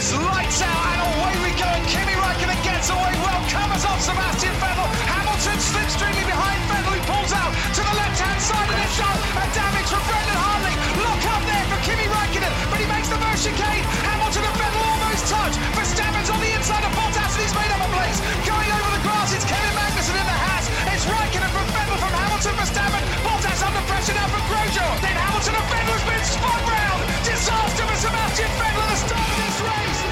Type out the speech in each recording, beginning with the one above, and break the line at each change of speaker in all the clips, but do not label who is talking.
It's lights out and away we go. And Kimi Räikkönen gets away well, covers off Sebastian Vettel. Hamilton slipstreaming behind Vettel, who pulls out to the left-hand side of the shot. A damage from Brendan Hartley. Look up there for Kimi Räikkönen, but he makes the first chicane. Hamilton and Vettel almost touch. Verstappen's on the inside of Bottas and he's made up a place. Going over the grass, it's Kevin Magnussen in the Haas. It's Räikkönen from Vettel, from Hamilton, Verstappen. Bottas under pressure now from Grosjean. Then Hamilton and Vettel has been spun round. Disaster for Sebastian Vettel at the start of this race.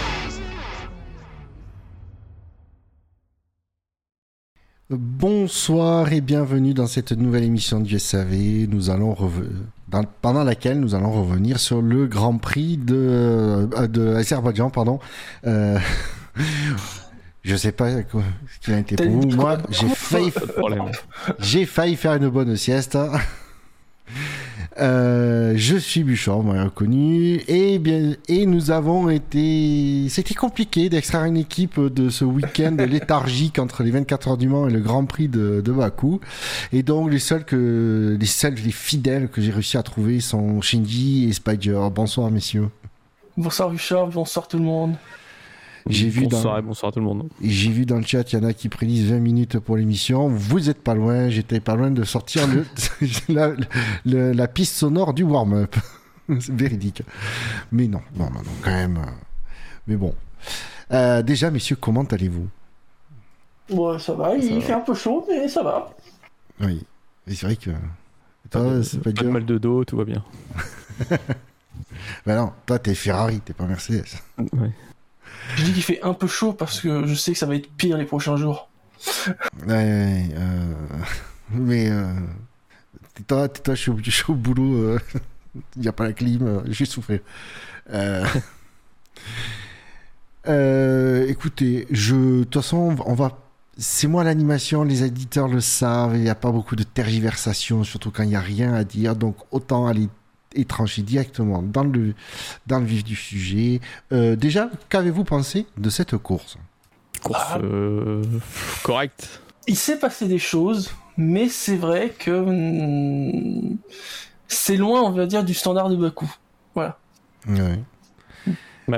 Bonsoir et bienvenue dans cette nouvelle émission du SAV. Pendant laquelle nous allons revenir sur le Grand Prix de Azerbaïdjan, pardon. Je sais pas ce qu'il a été pour vous. Moi, j'ai failli faire une bonne sieste. Je suis Bouchard, moi reconnu, et nous avons été. C'était compliqué d'extraire une équipe de ce week-end léthargique entre les 24 heures du Mans et le Grand Prix de Bakou. Et donc les fidèles que j'ai réussi à trouver sont Shinji et Spider. Bonsoir messieurs.
Bonsoir Bouchard, bonsoir tout le monde.
Bonsoir tout le monde.
J'ai vu dans le chat, il y en a qui prédisent 20 minutes pour l'émission. Vous êtes pas loin, j'étais pas loin de sortir la piste sonore du warm-up. C'est véridique. Mais non, quand même. Mais bon. Déjà, messieurs, comment allez-vous ?
Ouais, ça va, il fait un peu chaud, mais ça va.
Oui, c'est vrai que... Toi, c'est
pas de mal de dos, tout va bien.
Ben non, toi, t'es Ferrari, t'es pas Mercedes.
Ouais.
Je dis qu'il fait un peu chaud parce que je sais que ça va être pire les prochains jours.
Mais toi, je suis au boulot, il n'y a pas la clim, j'ai souffert. Écoutez, de toute façon, c'est moi l'animation, les éditeurs le savent, il n'y a pas beaucoup de tergiversation, surtout quand il n'y a rien à dire, donc autant aller et trancher directement dans le vif du sujet. Déjà, qu'avez-vous pensé de cette course ?
Correct.
Il s'est passé des choses, mais c'est vrai que c'est loin, on va dire, du standard de Bakou. Voilà.
Ouais.
Bah,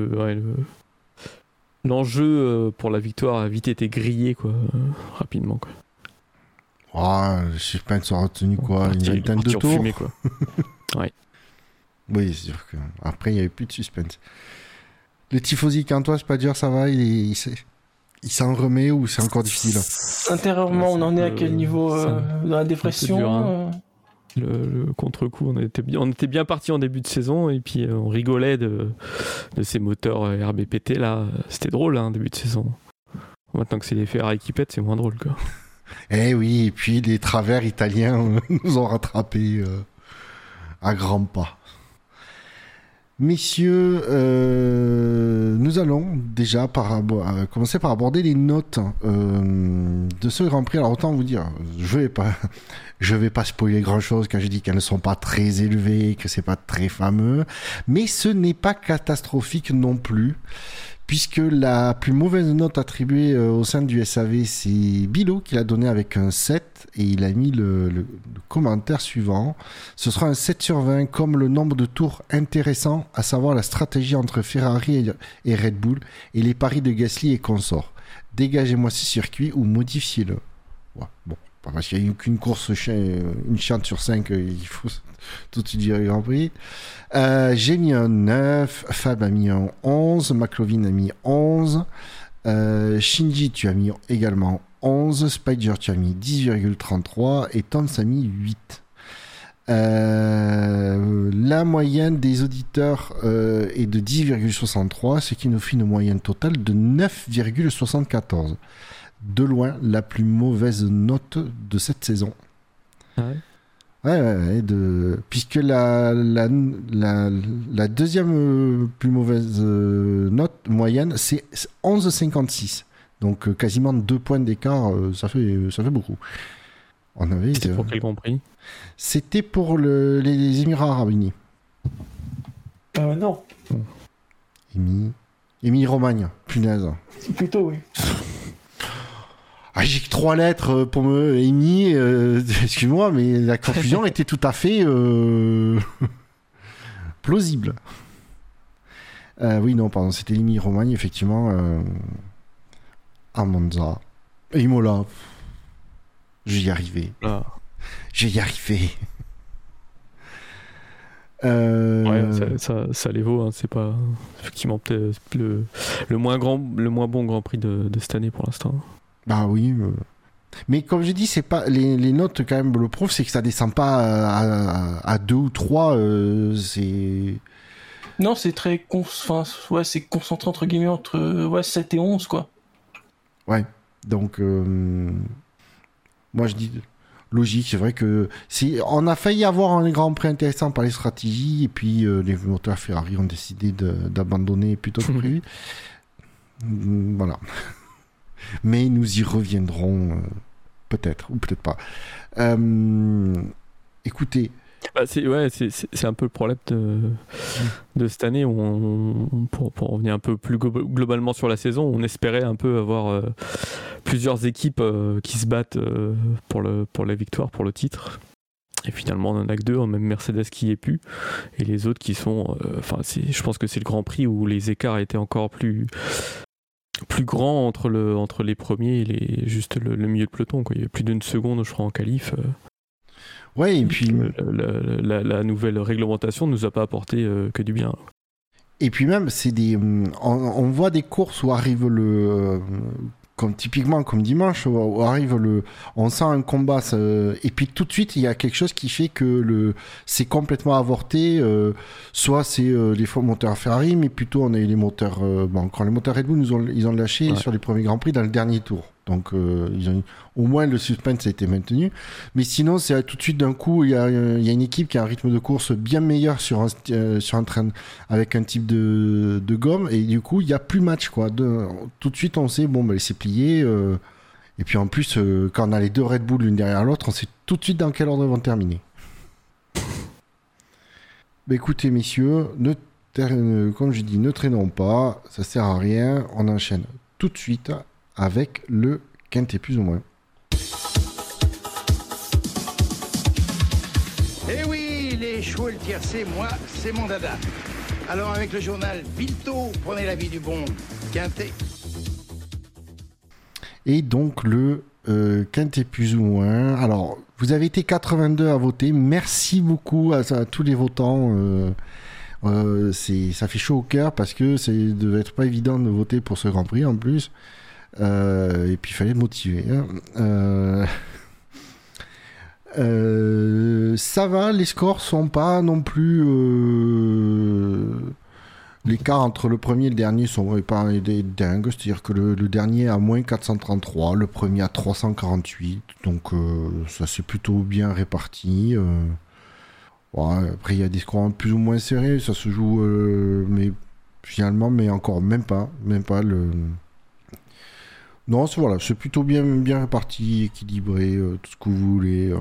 l'enjeu pour la victoire a vite été grillé, quoi, rapidement, quoi.
Le suspense a retenu quoi, une vingtaine de tours.
Fumé, quoi. Ouais.
Oui, c'est sûr que après il n'y avait plus de suspense. Le tifosi Cantois, c'est pas dur, ça va, il s'en remet ou c'est encore difficile ?
Intérieurement, on en est à quel niveau dans la dépression
Le contre-coup, on était bien parti en début de saison et puis on rigolait de ces moteurs RBPT là. C'était drôle, hein, début de saison. Maintenant que c'est les Ferrari qui pètent, c'est moins drôle, quoi.
Eh oui, et puis les travers italiens nous ont rattrapés à grands pas. Messieurs, nous allons déjà commencer par aborder les notes de ce Grand Prix. Alors autant vous dire, je vais pas spoiler grand-chose quand je dis qu'elles ne sont pas très élevées, que c'est pas très fameux, mais ce n'est pas catastrophique non plus. Puisque la plus mauvaise note attribuée au sein du SAV, c'est Bilo qui l'a donné avec un 7 et il a mis le commentaire suivant. Ce sera un 7 sur 20 comme le nombre de tours intéressants, à savoir la stratégie entre Ferrari et Red Bull et les paris de Gasly et consorts. Dégagez-moi ce circuit ou modifiez-le. Ouais, bon, parce qu'il n'y a eu qu'une course, une chante sur 5, il faut tout de suite dire le Grand Prix. J'ai mis un 9, Fab a mis un 11, McLovin a mis 11, Shinji tu as mis également 11, Spider tu as mis 10,33 et Tom a mis 8. La moyenne des auditeurs est de 10,63, ce qui nous fait une moyenne totale de 9,74. De loin la plus mauvaise note de cette saison.
Ah ouais.
Ouais, puisque la deuxième plus mauvaise note moyenne, c'est 11,56. Donc quasiment 2 points d'écart, ça fait beaucoup.
C'était pour quel Grand Prix ?
C'était pour les Émirats Arabes Unis.
Non.
Émilie-Romagne, punaise.
Plutôt, oui.
Ah, j'ai que 3 lettres pour me Amy, excuse-moi, mais la confusion était tout à fait plausible. Oui, non, pardon, c'était l'Émilie-Romagne, effectivement. À Monza. Et Imola. Je vais y arriver.
Ah.
Je vais y arriver.
Ouais, ça les vaut. Hein. C'est pas effectivement peut-être le moins bon Grand Prix de cette année pour l'instant.
Bah oui. Mais comme j'ai dit, c'est pas les notes quand même le prouvent, c'est que ça descend pas à 2 ou 3. C'est
Non, c'est très c'est concentré entre guillemets entre 7 et 11 quoi.
Ouais. Donc moi je dis logique, c'est vrai que on a failli avoir un Grand Prix intéressant par les stratégies et puis les moteurs Ferrari ont décidé d'abandonner plutôt que prévu. Voilà. Mais nous y reviendrons peut-être ou peut-être pas. Écoutez,
c'est un peu le problème de cette année où pour revenir un peu plus globalement sur la saison, on espérait un peu avoir plusieurs équipes qui se battent pour la victoire, pour le titre. Et finalement, on en a que 2, même Mercedes qui y est plus, et les autres qui sont. Je pense que c'est le Grand Prix où les écarts étaient encore plus grands entre les premiers et juste le milieu de peloton. Quoi. Il y avait plus d'une seconde, je crois, en qualif.
Ouais, et puis
la nouvelle réglementation nous a pas apporté que du bien.
Et puis même, c'est on voit des courses où arrive typiquement comme dimanche, où arrive on sent un combat, et puis tout de suite il y a quelque chose qui fait que c'est complètement avorté. Soit c'est les moteurs Ferrari, mais plutôt on a eu les moteurs. Quand les moteurs Red Bull ils ont lâché sur les premiers Grands Prix dans le dernier tour. Donc au moins le suspense a été maintenu, mais sinon c'est tout de suite d'un coup il y a une équipe qui a un rythme de course bien meilleur sur un train avec un type de gomme, et du coup il n'y a plus match quoi. Tout de suite on sait c'est plié, et puis en plus quand on a les 2 Red Bull l'une derrière l'autre, on sait tout de suite dans quel ordre ils vont terminer. Écoutez messieurs, comme je dis, ne traînons pas, ça sert à rien, on enchaîne tout de suite avec le quintet plus ou moins.
Eh oui, les chevaux et le tiercé, moi, c'est mon dada. Alors avec le journal Vilto, prenez l'avis du bon quintet.
Et donc le quintet plus ou moins. Alors, vous avez été 82 à voter. Merci beaucoup à tous les votants. Ça fait chaud au cœur parce que ça devait être pas évident de voter pour ce Grand Prix en plus. Et puis il fallait motiver. Ça va, les scores sont pas non plus. L'écart entre le premier et le dernier sont pas des dingues. C'est-à-dire que le dernier a moins 433, le premier a 348. Donc ça c'est plutôt bien réparti. Après il y a des scores plus ou moins serrés. Ça se joue, mais finalement, mais encore même pas le. Non, c'est plutôt bien réparti, équilibré, tout ce que vous voulez.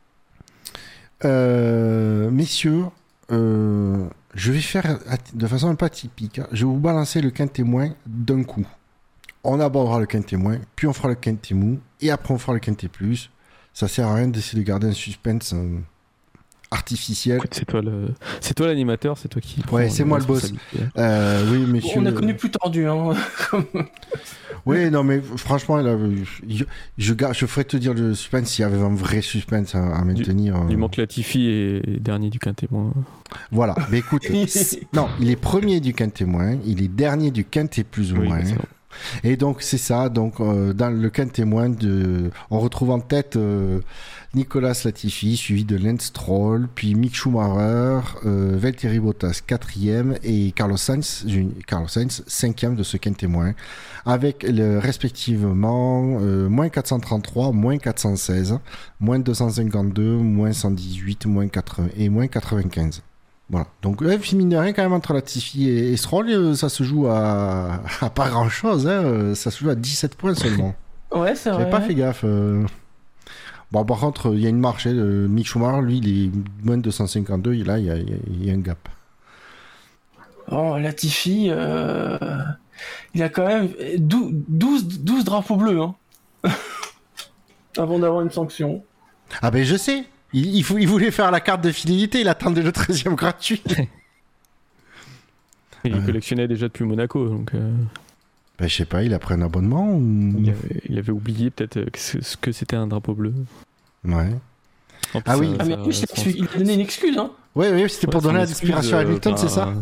Messieurs, je vais faire de façon un peu atypique. Je vais vous balancer le quintet moins d'un coup. On abordera le quintet moins, puis on fera le quintet mou, et après on fera le quintet plus. Ça sert à rien d'essayer de garder un suspense artificiel.
Écoute, c'est toi l'animateur, c'est toi qui.
Ouais, c'est moi le boss. Oui, messieurs.
On a connu plus tendu, hein.
Oui, non, mais franchement, là, je ferais te dire le suspense s'il y avait un vrai suspense à maintenir.
Il manque Latifi et dernier du quintet moins.
Voilà, mais écoute, non, il est premier du quintet moins, il est dernier du quintet plus ou moins. Et donc c'est ça, donc dans le quintet moins, on retrouve en tête Nicolas Latifi, suivi de Lance Stroll, puis Mick Schumacher, Valtteri Bottas 4e et Carlos Sainz 5e de ce quintet moins, avec respectivement moins 433, moins 416, moins 252, moins 118, moins 80 et moins 95. Voilà. Donc, mine de rien, quand même, entre Latifi et Stroll, ça se joue à pas grand chose, hein. Ça se joue à 17 points seulement.
Ouais, c'est vrai.
J'avais pas fait gaffe. Bon, par contre, il y a une marche. Mick Schumacher, lui, il est moins de 252, et là, il y a un gap.
Oh, Latifi, il a quand même 12 drapeaux bleus, hein. Avant d'avoir une sanction.
Ah ben, je sais. Il voulait faire la carte de fidélité, il attendait le 13e gratuit.
Il collectionnait déjà depuis Monaco, donc...
Ben, je sais pas, il a pris un abonnement ou...
Il avait oublié peut-être ce que c'était un drapeau bleu.
Ouais.
Ah oui. Mais en plus, il a donné une excuse, hein.
Oui, c'était pour donner l'inspiration à Hamilton, c'est ça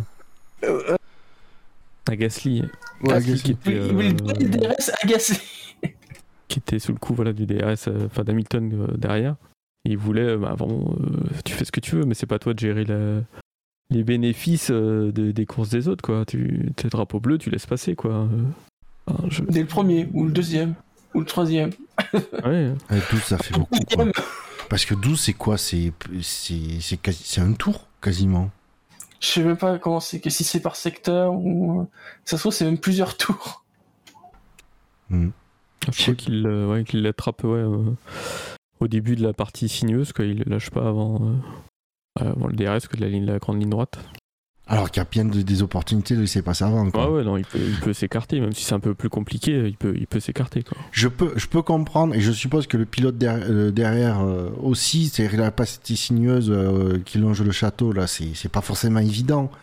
à Gasly.
Ouais,
Gasly. Il voulait donner le DRS à Gasly.
Qui était sous le coup du DRS, d'Hamilton derrière. Et il voulait, vraiment, tu fais ce que tu veux, mais c'est pas toi de gérer les bénéfices des courses des autres, quoi. Tes drapeaux bleus, tu laisses passer, quoi.
Dès le premier, ou le deuxième, ou le troisième.
Ouais.
12, ça fait beaucoup, quoi. Parce que 12, c'est quoi? C'est un tour, quasiment.
Je sais même pas comment c'est, que si c'est par secteur, ou... Ça se trouve, c'est même plusieurs tours.
Je crois qu'il l'attrape, au début de la partie sinueuse, quoi. Il ne lâche pas avant le DRS que de la grande ligne droite.
Alors qu'il y a bien des opportunités de laisser passer avant, quoi.
Ah ouais, non, il peut s'écarter, même si c'est un peu plus compliqué, il peut s'écarter, quoi.
Je peux comprendre, et je suppose que le pilote derrière aussi, c'est la partie sinueuse qui longe le château, là, c'est pas forcément évident.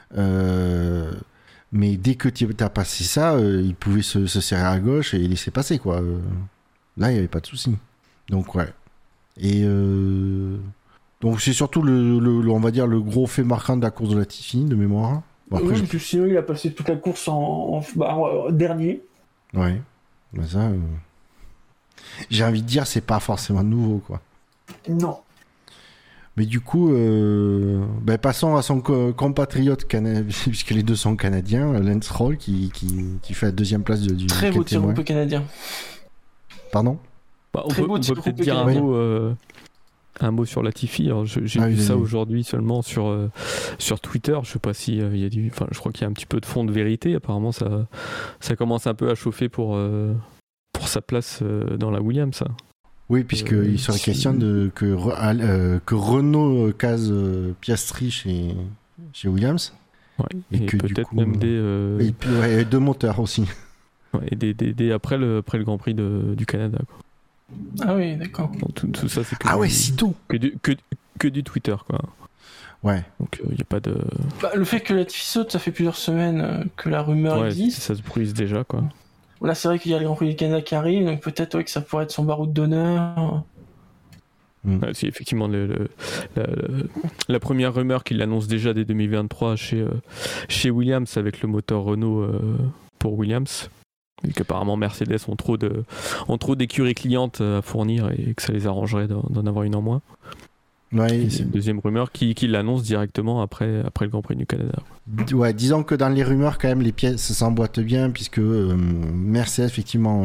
Mais dès que tu as passé ça, il pouvait se serrer à gauche et laisser passer, quoi. Là, il n'y avait pas de souci. Donc, ouais. Et donc, c'est surtout on va dire, le gros fait marquant de la course de Latifi, de mémoire. Bon, après,
puis sinon, il a passé toute la course en dernier.
Ouais. Mais ça, j'ai envie de dire, c'est pas forcément nouveau, quoi.
Non.
Mais du coup, passons à son compatriote puisque les deux sont canadiens, Lance Stroll, qui fait la deuxième place du
très beau tir groupe canadien.
Pardon?
On peut peut-être dire un mot sur Latifi. Alors, j'ai vu ça aujourd'hui seulement sur Twitter. Je sais pas si il y a je crois qu'il y a un petit peu de fond de vérité. Apparemment, ça commence un peu à chauffer pour sa place dans la Williams.
Oui, puisqu'il serait question que Renault case Piastri chez Williams.
Ouais, et que peut-être du coup, même
et deux moteurs aussi.
Ouais, et après le Grand Prix du Canada, quoi.
Ah oui, d'accord.
Donc, tout ça, c'est
si tôt
que du Twitter, quoi.
Ouais.
Donc il n'y a pas de...
le fait que Latifi saute, ça fait plusieurs semaines que la rumeur existe.
Ça se bruise déjà, quoi.
Là, c'est vrai qu'il y a le Grand Prix du Canada qui arrive, donc peut-être que ça pourrait être son baroud d'honneur.
C'est effectivement la première rumeur qu'il annonce déjà dès 2023 chez Williams avec le moteur Renault pour Williams. Et qu'apparemment Mercedes ont trop d'écuries clientes à fournir et que ça les arrangerait d'en avoir une en moins.
Ouais,
c'est une deuxième rumeur qui l'annonce directement après le Grand Prix du Canada.
Ouais, disons que dans les rumeurs, quand même, les pièces s'emboîtent bien, puisque Mercedes, effectivement,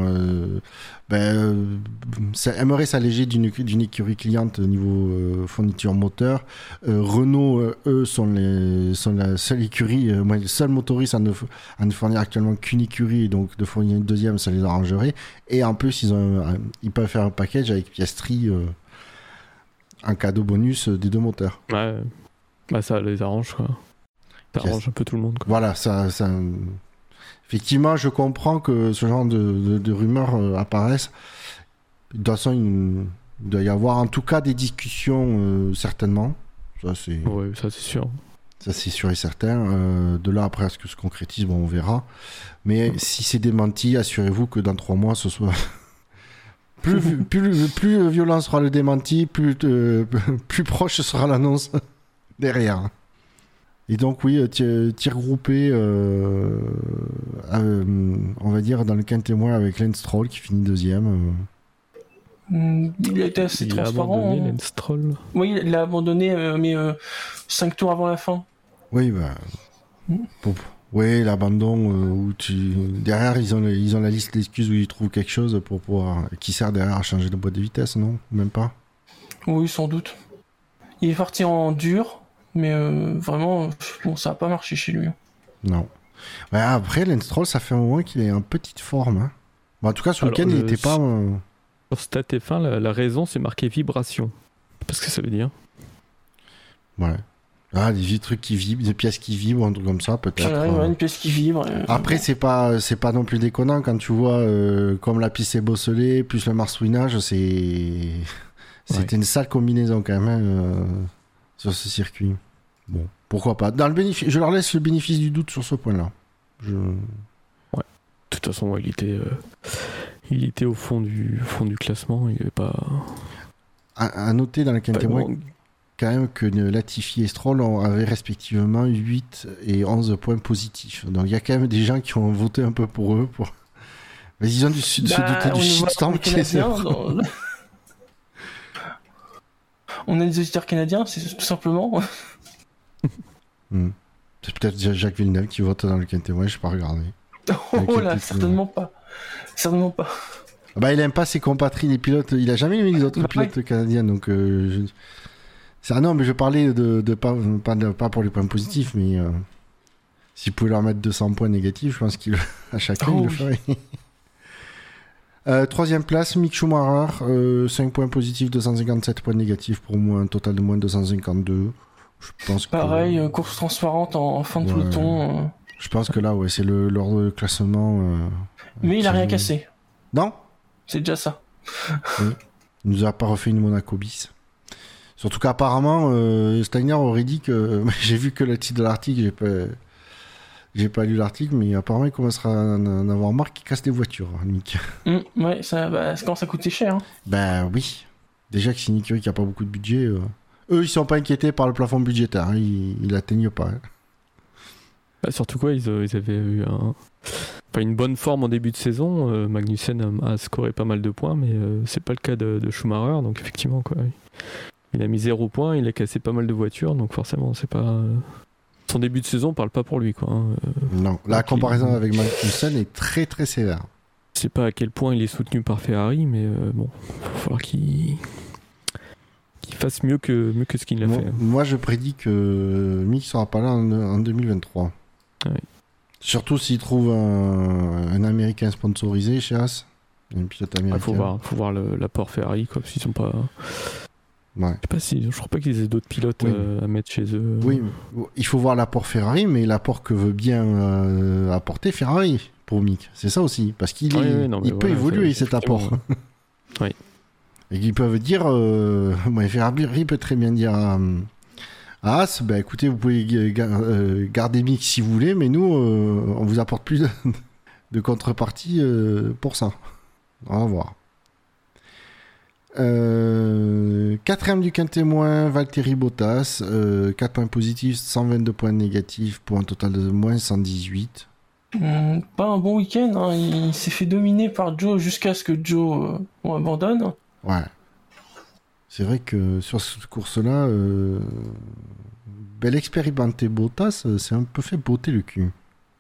aimerait s'alléger d'une écurie cliente au niveau fourniture moteur. Renault, eux, sont la seule écurie, le seul motoriste à ne fournir actuellement qu'une écurie, donc de fournir une deuxième, ça les arrangerait. Et en plus, ils peuvent faire un package avec Piastri, un cadeau bonus des deux moteurs.
Ouais, ça les arrange, quoi. Ça arrange un peu tout le monde, quoi.
Voilà, ça... Effectivement, je comprends que ce genre de rumeurs apparaissent. De toute façon, il doit y avoir en tout cas des discussions, certainement. Ça, c'est...
Oui, ça c'est sûr.
Ça, c'est sûr et certain. De là, après, à ce que se concrétise, on verra. Mais si c'est démenti, assurez-vous que dans 3 mois, ce soit... plus violent sera le démenti, plus proche sera l'annonce derrière. Et donc oui, tir groupé, on va dire dans le quintémoin avec Lance Stroll qui finit deuxième.
Il a été assez transparent.
Il a abandonné, Lance Stroll.
Oui, il a abandonné, mais 5 tours avant la fin.
Oui, oui, l'abandon où derrière ils ont la liste d'excuses où ils trouvent quelque chose pour pouvoir qui sert derrière à changer de boîte de vitesse, non? Même pas.
Oui, sans doute. Il est parti en dur, mais vraiment, ça n'a pas marché chez lui.
Non. Ouais, après, Lance Stroll, ça fait un moment qu'il est en petite forme. Hein. Bon, en tout cas, ce week-end, il n'était pas.
Sur Stat F1, la raison, c'est marqué vibration. Parce que ça veut dire.
Ouais. Ah, des vieux trucs qui vibrent, des pièces qui vibrent, un truc comme ça, peut-être.
Ouais, une pièce qui vibre.
Après, c'est pas non plus déconnant quand tu vois comme la piste est bosselée, plus le marsouinage, c'était une sale combinaison quand même sur ce circuit. Bon, pourquoi pas. Je leur laisse le bénéfice du doute sur ce point-là.
De toute façon, il était au fond du classement. Il n'est pas.
À noter dans le témoin quand même que Latifi et Stroll avaient respectivement 8 et 11 points positifs. Donc il y a quand même des gens qui ont voté un peu pour eux. Mais ils ont se douter du shitstorm qui est
On a des auditeurs canadiens, c'est tout simplement.
C'est peut-être Jacques Villeneuve qui vote dans le témoin, je n'ai pas regardé.
Oh là, certainement pas. Certainement pas.
Bah, il aime pas ses compatriotes, les pilotes. Il a jamais aimé les autres pilotes canadiens, donc. Non, mais je parlais de pas pour les points positifs, mais s'il pouvait leur mettre 200 points négatifs, je pense qu'à chacun il le ferait. Troisième place, Mick Schumacher, 5 points positifs, 257 points négatifs pour moi, un total de moins 252. Je pense
pareil, course transparente en fin de peloton.
Je pense que là, c'est leur classement.
Mais il a rien cassé.
Non.
C'est déjà ça.
Oui. Il nous a pas refait une Monaco bis. Surtout qu'apparemment, Steiner aurait dit que... J'ai vu que le titre de l'article, j'ai pas lu l'article, mais apparemment il commencera à en avoir marre qui casse des voitures, Mick.
Ouais, ça commence à coûter cher. Hein.
Ben oui. Déjà que c'est une écurie qui a pas beaucoup de budget. Eux, ils sont pas inquiétés par le plafond budgétaire. Hein. Ils l'atteignent pas. Hein.
Bah, surtout quoi, ils avaient eu une bonne forme en début de saison. Magnussen a scoré pas mal de points, mais c'est pas le cas de Schumacher. Donc effectivement, quoi. Il a mis 0 points, il a cassé pas mal de voitures, donc forcément, c'est pas. Son début de saison parle pas pour lui, quoi. Hein.
Non, la comparaison avec Magnussen est très très sévère.
Je sais pas à quel point il est soutenu par Ferrari, mais bon, il va falloir qu'il fasse mieux que ce qu'il a fait.
Moi, je prédis que Mick sera pas là en 2023.
Ah oui.
Surtout s'il trouve un Américain sponsorisé chez As, un pilote américain.
Il faut voir l'apport Ferrari, quoi, parce qu'ils sont pas.
Ouais.
Je crois pas qu'ils aient d'autres pilotes à mettre chez eux.
Oui, il faut voir l'apport Ferrari, mais l'apport que veut bien apporter Ferrari pour Mick. C'est ça aussi, parce qu'il peut évoluer cet apport.
Oui.
Et qu'ils peuvent dire, Ferrari peut très bien dire à As, écoutez, vous pouvez garder Mick si vous voulez, mais nous, on vous apporte plus de contrepartie pour ça. On va voir. 4ème du quintémoin, Valtteri Bottas, 4 points positifs, 122 points négatifs pour un total de moins 118.
Pas un bon week-end, hein. Il s'est fait dominer par Joe jusqu'à ce que Joe abandonne.
Ouais. C'est vrai que sur cette course-là, l'expérimenté Bottas s'est un peu fait botter le cul.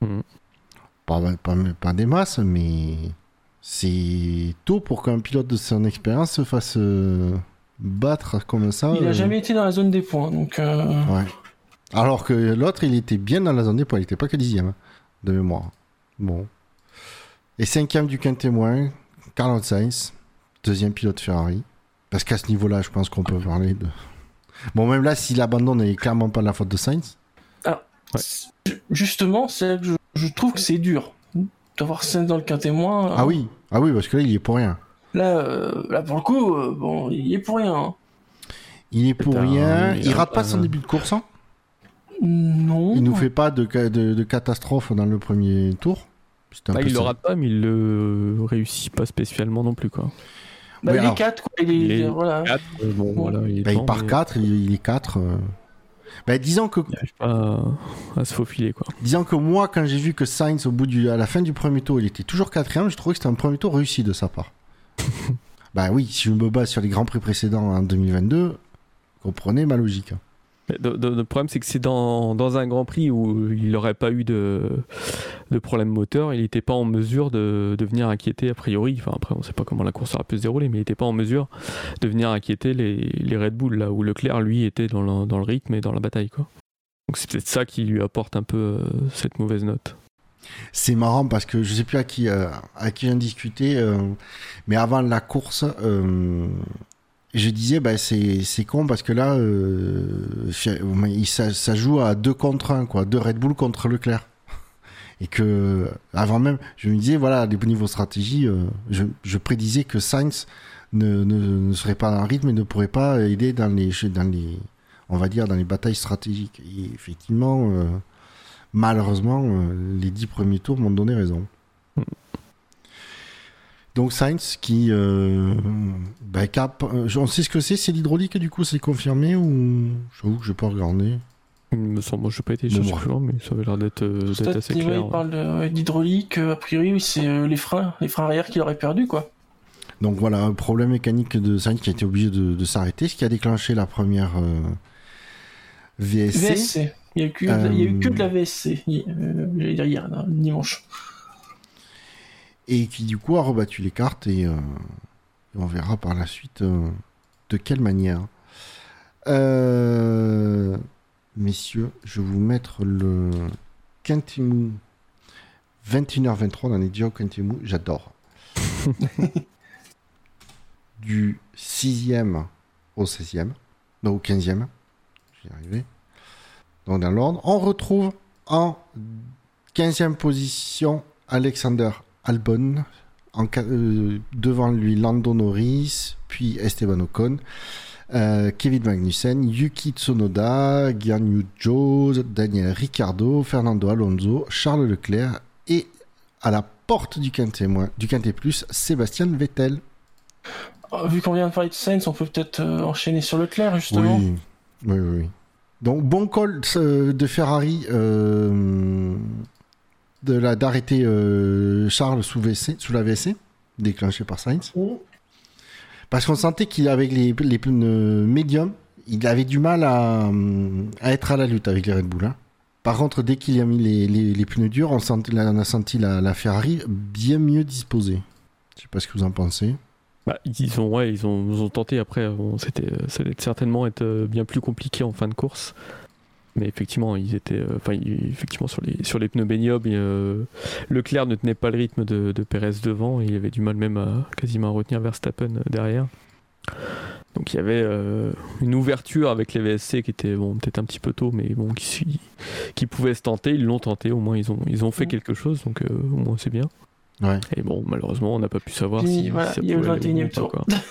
Pas des masses, mais... C'est tôt pour qu'un pilote de son expérience se fasse battre comme ça.
Il a jamais été dans la zone des points, donc.
Ouais. Alors que l'autre, il était bien dans la zone des points, il était pas que 10e de mémoire. Bon. Et 5e du quintémoin, Carlos Sainz, 2e pilote Ferrari. Parce qu'à ce niveau-là, je pense qu'on peut parler de. Bon, même là, s'il abandonne, il n'est clairement pas de la faute de Sainz.
Alors, justement, c'est là que je trouve que c'est dur. D'avoir Sainz dans le quintémoin.
Ah oui, parce que là, il y est pour rien.
Là pour le coup, il y est pour rien. Hein.
Il est pour rien. Il rate pas son début de course. Hein.
Non.
Il nous fait pas de catastrophe dans le premier tour.
Il
le rate pas, mais il le réussit pas spécialement non plus, quoi.
Il est 4, quoi. Il est 4.
Il part 4, il est 4. Disons que.
Il n'arrive pas à se faufiler, quoi.
Disons que moi, quand j'ai vu que Sainz, à la fin du premier tour, il était toujours 4ème, je trouvais que c'était un premier tour réussi de sa part. Oui, si je me base sur les Grands Prix précédents en 2022, comprenez ma logique.
Le problème, c'est que c'est dans un Grand Prix où il n'aurait pas eu de problème moteur, il n'était pas en mesure de venir inquiéter, a priori. Enfin, après, on ne sait pas comment la course aura pu se dérouler, mais il n'était pas en mesure de venir inquiéter les Red Bull, là où Leclerc, lui, était dans le rythme et dans la bataille, quoi. Donc c'est peut-être ça qui lui apporte un peu cette mauvaise note.
C'est marrant parce que je ne sais plus à qui j'en discutais, mais avant la course... je disais, c'est con parce que là, ça joue à 2 contre 1, quoi. 2 Red Bull contre Leclerc. Et que, avant même, je me disais, voilà, au niveau stratégie, je prédisais que Sainz ne serait pas dans le rythme et ne pourrait pas aider on va dire, dans les batailles stratégiques. Et effectivement, malheureusement, les 10 premiers tours m'ont donné raison. Donc Sainz qui... on sait ce que c'est l'hydraulique, du coup, c'est confirmé ou... J'avoue que je peux regarder.
Il me semble, moi je n'ai pas été chercher plus loin, mais ça avait l'air d'être assez clair.
Il parle d'hydraulique, a priori oui, c'est les freins arrière qu'il aurait perdu, quoi.
Donc voilà, un problème mécanique de Sainz qui a été obligé de s'arrêter, ce qui a déclenché la première VSC.
Il n'y a eu que de la VSC, j'allais dire hier, dimanche.
Et qui du coup a rebattu les cartes et on verra par la suite de quelle manière. Messieurs, je vais vous mettre le Quintemou 21h23 dans les Diao Quintemou, j'adore. Du 6e au 16e, non au 15e, j'y arrivé. Donc dans l'ordre, on retrouve en 15e position Alexander Albon, devant lui Lando Norris, puis Esteban Ocon. Kevin Magnussen, Yuki Tsunoda, Guanyu Zhou, Daniel Ricciardo, Fernando Alonso, Charles Leclerc et à la porte du Quintet Plus, Sébastien Vettel.
Vu qu'on vient de parler de Sainz, on peut peut-être enchaîner sur Leclerc justement.
Oui. Donc bon call de Ferrari d'arrêter Charles sous la VSC, déclenché par Sainz. Parce qu'on sentait qu'avec les pneus médiums, il avait du mal à être à la lutte avec les Red Bull. Hein. Par contre, dès qu'il a mis les pneus durs, on a senti la Ferrari bien mieux disposée. Je sais pas ce que vous en pensez.
Ils ont tenté après. Ça allait certainement être bien plus compliqué en fin de course. Mais effectivement, ils étaient, sur les pneus médiums, Leclerc ne tenait pas le rythme de Pérez devant et il avait du mal même à quasiment retenir Verstappen derrière. Donc il y avait une ouverture avec les VSC qui était peut-être un petit peu tôt, mais qui pouvait se tenter. Ils l'ont tenté, au moins ils ont fait quelque chose, donc au moins c'est bien.
Ouais.
Et malheureusement, on n'a pas pu savoir
il y a eu le 21e tour.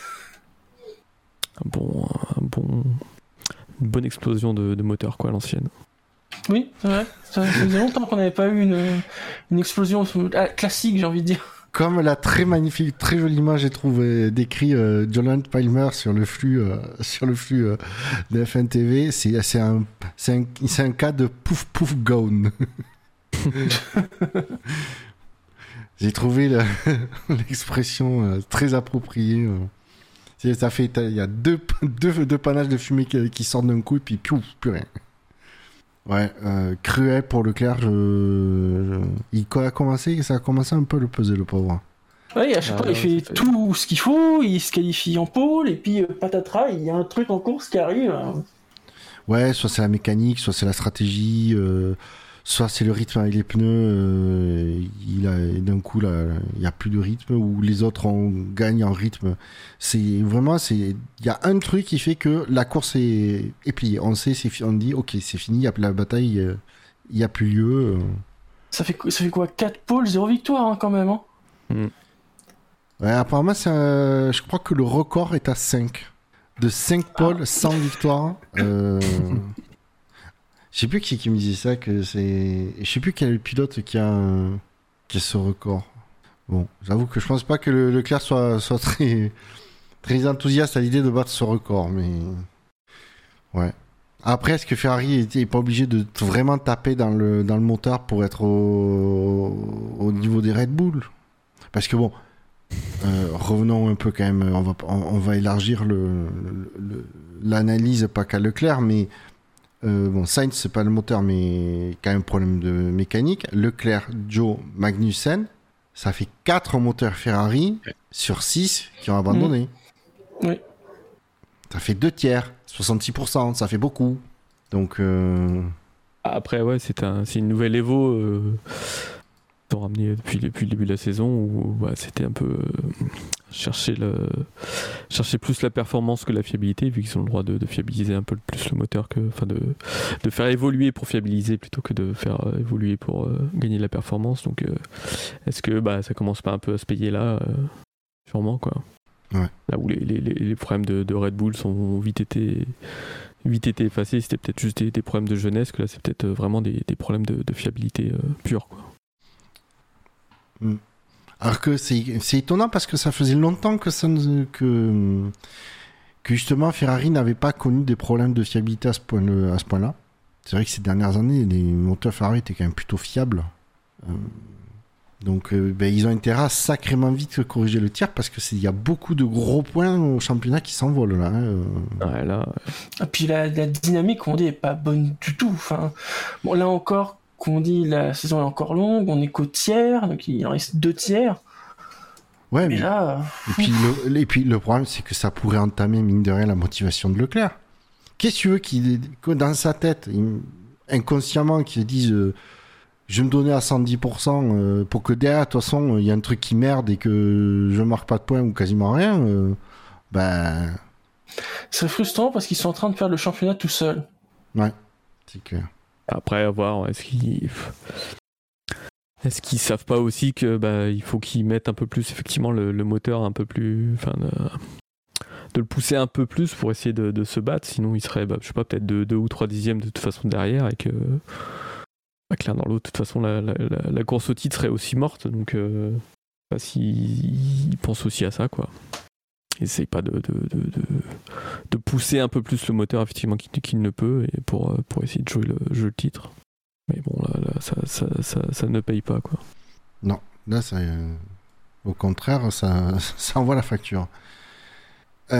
Une bonne explosion de moteur, quoi, à l'ancienne.
Oui, c'est vrai. Ça faisait longtemps qu'on n'avait pas eu une explosion classique, j'ai envie de dire.
Comme la très magnifique, très jolie image, j'ai trouvé décrit Jolyon Palmer sur le flux de FN TV, c'est un cas de pouf pouf gone. J'ai trouvé l'expression très appropriée. Ça fait, il y a deux panaches de fumée qui sortent d'un coup et puis plus rien. Ouais, cruel pour Leclerc. Ça a commencé un peu à le peser, le pauvre.
Oui, à chaque fois, il fait tout ce qu'il faut, il se qualifie en pôle, et puis patatras, il y a un truc en course qui arrive.
Ouais, soit c'est la mécanique, soit c'est la stratégie, soit c'est le rythme avec les pneus. D'un coup, là, il n'y a plus de rythme, ou les autres gagnent en rythme. Il y a un truc qui fait que la course est pliée. On sait, on dit, ok, c'est fini, la bataille, il n'y a plus lieu.
Ça fait quoi, 4 pôles, 0 victoire, hein, quand même, hein.
Ouais, apparemment, je crois que le record est à 5. De 5 pôles, 100 victoires. Je sais plus qui me disait ça, je sais plus quel est le pilote qui a ce record. Bon, j'avoue que je pense pas que Leclerc soit très, très enthousiaste à l'idée de battre ce record, mais ouais. Après, est-ce que Ferrari est pas obligé de vraiment taper dans le moteur pour être au niveau des Red Bull? Parce que bon, revenons un peu quand même, on va élargir l'analyse, pas qu'à Leclerc, mais Sainz, c'est pas le moteur, mais quand même problème de mécanique. Leclerc, Zhou, Magnussen, ça fait 4 moteurs Ferrari sur 6 qui ont abandonné.
Oui.
Ça fait 2 tiers, 66%, ça fait beaucoup. Donc
après, ouais, c'est une nouvelle Evo qu'ils ont ramené depuis le début de la saison où c'était un peu chercher plus la performance que la fiabilité, vu qu'ils ont le droit de fiabiliser un peu plus le moteur, de faire évoluer pour fiabiliser plutôt que de faire évoluer pour gagner de la performance. Donc est-ce que ça commence pas un peu à se payer là, sûrement, quoi.
Ouais.
Là où les problèmes de Red Bull sont vite été effacés, c'était peut-être juste des problèmes de jeunesse, que là c'est peut-être vraiment des problèmes de fiabilité pure, quoi.
Alors que c'est étonnant parce que ça faisait longtemps que justement Ferrari n'avait pas connu des problèmes de fiabilité à ce point-là. C'est vrai que ces dernières années, les moteurs Ferrari étaient quand même plutôt fiables. Donc ils ont intérêt à sacrément vite corriger le tir parce qu'il y a beaucoup de gros points au championnat qui s'envolent là.
Ouais, là.
Et puis la dynamique, comme on dit, est pas bonne du tout. Enfin, bon, là encore, comme on dit, la saison est encore longue, on est qu'au tiers, donc il en reste 2 tiers.
Ouais,
mais là.
Et puis le problème, c'est que ça pourrait entamer, mine de rien, la motivation de Leclerc. Qu'est-ce que tu veux que dans sa tête, inconsciemment, qu'il se dise je vais me donner à 110% pour que derrière, de toute façon, il y a un truc qui merde et que je marque pas de points ou quasiment rien.
C'est frustrant parce qu'ils sont en train de faire le championnat tout seuls.
Ouais, c'est clair.
Après, à voir, est-ce qu'ils savent pas aussi que il faut qu'ils mettent un peu plus effectivement le moteur un peu plus, enfin de le pousser un peu plus pour essayer de se battre, sinon il serait je sais pas, peut-être 2 ou 3 dixièmes de toute façon derrière, et que l'un dans l'autre, de toute façon la course au titre serait aussi morte, donc s'ils pensent aussi à ça, quoi. Essaye pas de pousser un peu plus le moteur effectivement qu'il ne peut, et pour essayer de jouer le titre. Mais bon, là ça ne paye pas, quoi.
Non, là, au contraire, ça envoie la facture. J'ai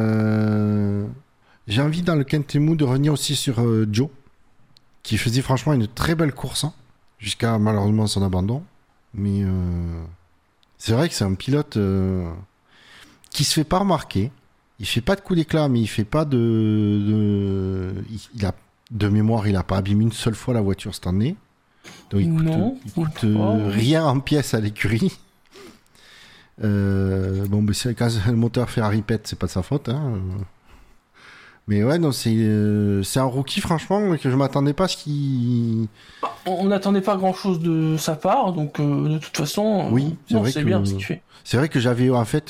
envie, dans le Quintemou, de revenir aussi sur Joe, qui faisait franchement une très belle course, jusqu'à malheureusement son abandon. Mais c'est vrai que c'est un pilote qui se fait pas remarquer. Il fait pas de coup d'éclat, mais il fait pas de mémoire, il a pas abîmé une seule fois la voiture cette année. Donc il coûte rien en pièces à l'écurie. Quand le moteur Ferrari pète, c'est pas de sa faute. Mais ouais, non, c'est un rookie, franchement, que je m'attendais pas à ce qu'il...
On n'attendait pas grand-chose de sa part, donc de toute façon,
oui,
c'est bien ce qu'il fait.
C'est vrai que j'avais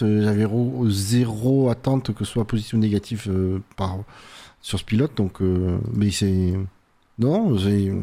zéro attente que ce soit positif ou négatif sur ce pilote, donc mais c'est... Non,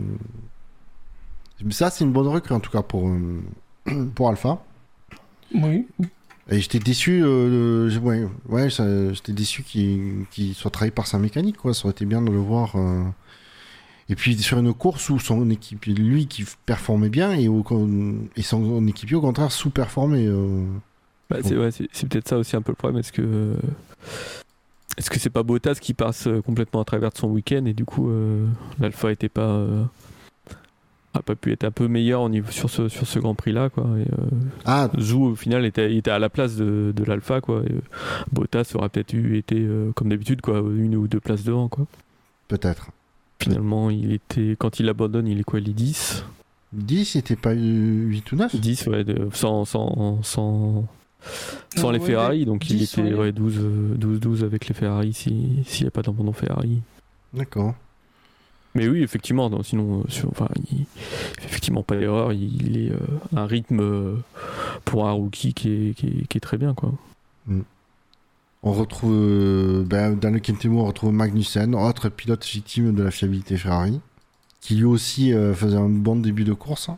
ça, c'est une bonne recrue, en tout cas, pour Alpha.
Oui.
Et j'étais déçu, j'étais déçu qu'il soit trahi par sa mécanique, quoi. Ça aurait été bien de le voir. Et puis sur une course où son équipe, lui qui performait bien, et son équipier au contraire sous-performait.
C'est peut-être ça aussi un peu le problème. Est-ce que c'est pas Bottas qui passe complètement à travers de son week-end, et du coup l'Alpha a pas pu être un peu meilleur sur ce Grand Prix là, quoi. Zhou au final était à la place de l'Alpha, quoi. Et Bottas aurait peut-être été comme d'habitude, quoi, 1 ou 2 places devant, quoi.
Peut-être.
Finalement quand il abandonne, il est quoi, il est 10
il était pas 8 ou 9
10, ouais, sans les Ferrari, donc 10, il était 12 avec les Ferrari s'il n'y a pas d'abandon Ferrari.
D'accord.
Mais oui, effectivement, sinon, il fait effectivement pas d'erreur. Il est un rythme pour un rookie qui est très bien, quoi.
On retrouve dans le Quintemou, on retrouve Magnussen, autre pilote légitime de la fiabilité Ferrari, qui lui aussi faisait un bon début de course.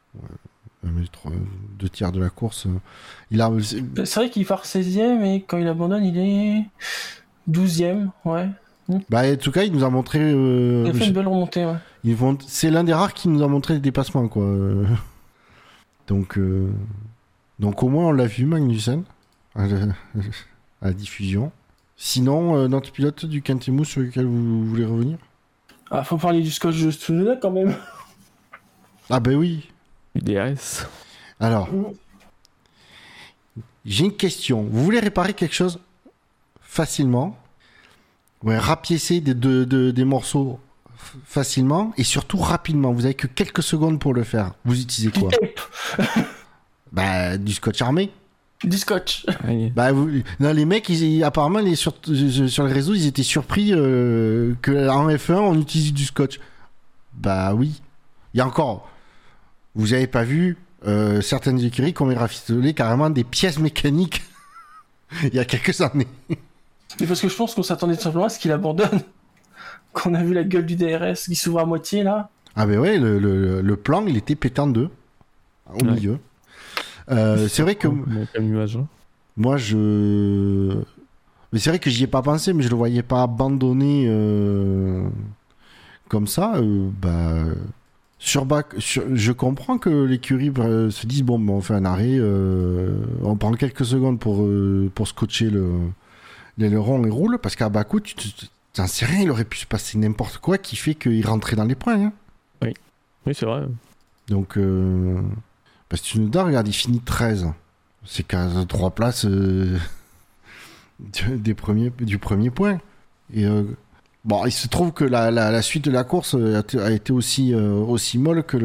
2 tiers de la course.
C'est vrai qu'il part 16e, et quand il abandonne, il est 12e, ouais.
En tout cas, il nous a montré.
Il a fait une belle remontée, ouais.
C'est l'un des rares qui nous a montré les dépassements, quoi. Donc au moins on l'a vu, Magnussen, à la diffusion. Sinon, notre pilote du Quintemou sur lequel vous voulez revenir?
Faut parler du scotch de Tsunoda quand même.
Ah ben oui.
Du DRS.
Alors, j'ai une question. Vous voulez réparer quelque chose facilement? Ouais, rapiécer des morceaux facilement et surtout rapidement. Vous avez que quelques secondes pour le faire. Vous utilisez quoi? Du scotch armé.
Du scotch.
Non, les mecs, apparemment, sur les réseaux, ils étaient surpris qu'en F1, on utilise du scotch. Oui. Il y a encore... Vous avez pas vu certaines écuries qui ont rafistolé carrément des pièces mécaniques il y a quelques années.
Mais parce que je pense qu'on s'attendait tout simplement à ce qu'il abandonne. Qu'on a vu la gueule du DRS qui s'ouvre à moitié là.
Ah ben ouais, le plan, il était pété en deux, au milieu. C'est vrai que moi, mais c'est vrai que j'y ai pas pensé, mais je le voyais pas abandonner comme ça. Je comprends que l'écurie se dise bon, on fait un arrêt, on prend quelques secondes pour scotcher l'aileron et roule, parce qu'à Bakou, tu t'en sais rien, il aurait pu se passer n'importe quoi qui fait qu'il rentrait dans les points. Hein.
Oui, c'est vrai.
Donc, parce que Tsunoda, regarde, il finit 13. C'est qu'à 3 places du premier point. Et bon, il se trouve que la suite de la course a été aussi molle que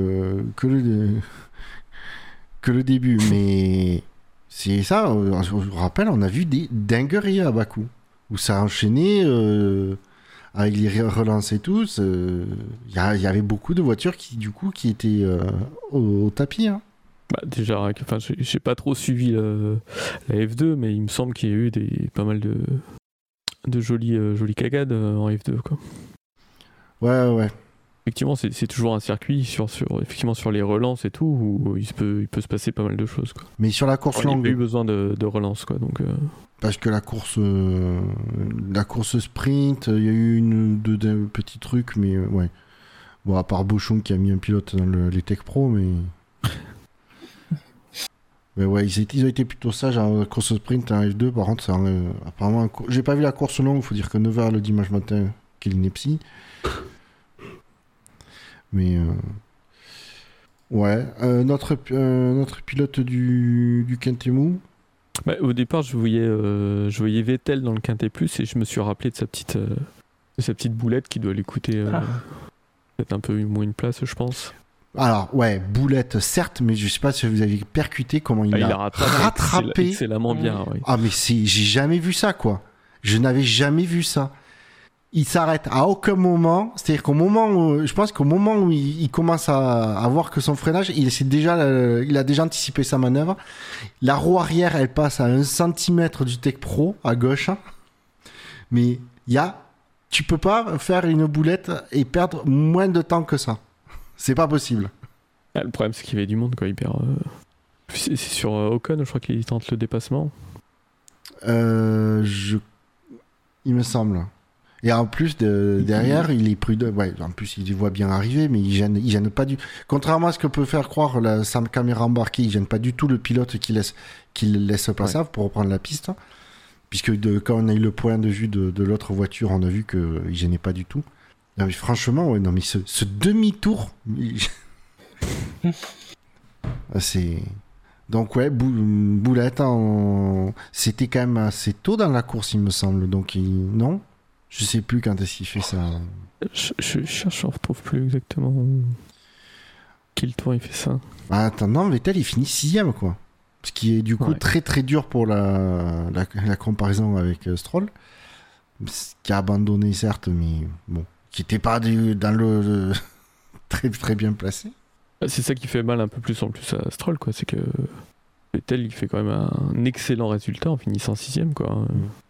le début. Mais c'est ça, je vous rappelle, on a vu des dingueries à Bakou, où ça a enchaîné avec les relances et tout. Il y avait beaucoup de voitures qui étaient au tapis. Hein.
Déjà, j'ai pas trop suivi la F2, mais il me semble qu'il y a eu pas mal de jolies cagades en F2, quoi.
Ouais.
Effectivement, c'est toujours un circuit effectivement sur les relances et tout, où il peut se passer pas mal de choses, quoi.
Mais sur la course longue,
il n'y a pas eu besoin de relance, quoi. Donc,
parce que la course sprint, il y a eu deux petits trucs, mais ouais. Bon, à part Bouchon qui a mis un pilote dans les Tech Pro, mais. Mais ouais, ils ont été plutôt sages à la course sprint en F2. Par contre, apparemment, j'ai pas vu la course longue. Il faut dire que 9h le dimanche matin, quelle ineptie. Mais ouais, notre pilote du Quintet-Mou.
Au départ, je voyais Vettel dans le Quintet Plus et je me suis rappelé de sa petite boulette qui doit lui coûter peut-être un peu moins une place, je pense.
Alors, ouais, boulette, certes, mais je sais pas si vous avez percuté comment il a rattrapé.
Excellemment bien, oui.
Ah, mais j'ai jamais vu ça, quoi. Je n'avais jamais vu ça. Il s'arrête à aucun moment. C'est-à-dire je pense qu'au moment où il commence à voir que son freinage, il a déjà anticipé sa manœuvre. La roue arrière, elle passe à 1 cm du Tech Pro, à gauche. Mais tu peux pas faire une boulette et perdre moins de temps que ça. C'est pas possible.
Le problème, c'est qu'il y avait du monde, quoi. C'est sur Ocon, je crois qu'il tente le dépassement.
Il me semble. Et en plus, derrière, il est prudent. Ouais, en plus, il les voit bien arriver, mais il gêne pas du. Contrairement à ce que peut faire croire sa caméra embarquée, il gêne pas du tout le pilote qui laisse passer pour reprendre la piste. Puisque quand on a eu le point de vue de l'autre voiture, on a vu qu'il gênait pas du tout. Non, mais franchement, ouais, non, mais ce demi-tour. C'est. Donc, ouais, Boulette, c'était quand même assez tôt dans la course, il me semble. Donc, non. Je sais plus quand est-ce qu'il fait ça.
Je cherche, je ne retrouve plus exactement quel tour il fait ça.
Attends, non, Vettel il finit 6ème, quoi. Ce qui est du coup très très dur pour la comparaison avec Stroll. Qui a abandonné, certes, mais bon. Qui n'était pas dans le très très bien placé.
C'est ça qui fait mal un peu plus en plus à Stroll, quoi. C'est que Vettel il fait quand même un excellent résultat en finissant 6ème, quoi.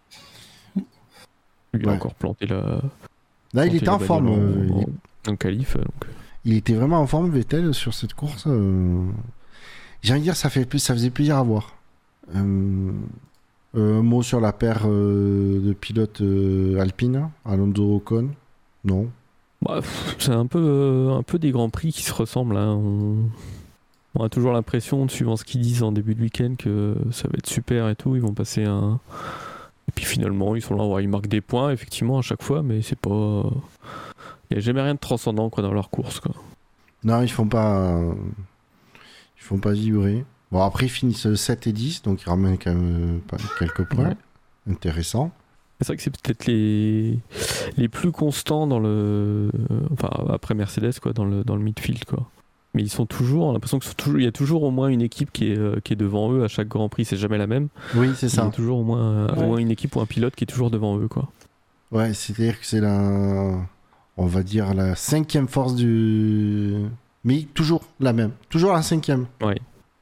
Il a encore planté la. Là,
il était en forme.
En qualif. Donc.
Il était vraiment en forme, Vettel, sur cette course. J'ai envie de dire, ça faisait plaisir à voir. Un mot sur la paire de pilotes Alpine, Alonso Ocon. Non.
C'est un peu des grands prix qui se ressemblent. Hein. On a toujours l'impression, suivant ce qu'ils disent en début de week-end, que ça va être super et tout. Ils vont passer un. Et puis finalement, ils sont là, ils marquent des points, effectivement, à chaque fois, mais c'est pas. Il n'y a jamais rien de transcendant, quoi, dans leur course, quoi.
Non, ils font pas vibrer. Bon, après, ils finissent 7 et 10, donc ils ramènent quand même quelques points. Ouais. Intéressant.
C'est vrai que c'est peut-être les plus constants dans le. Enfin, après Mercedes, quoi, dans le midfield, quoi. Mais ils sont toujours, on a l'impression qu'il y a toujours au moins une équipe qui est devant eux à chaque Grand Prix, c'est jamais la même.
Oui, c'est ça.
Il y a toujours au moins une équipe ou un pilote qui est toujours devant eux, quoi.
Ouais, c'est-à-dire que c'est on va dire la 5e force mais toujours la même, toujours la 5e.
Ouais.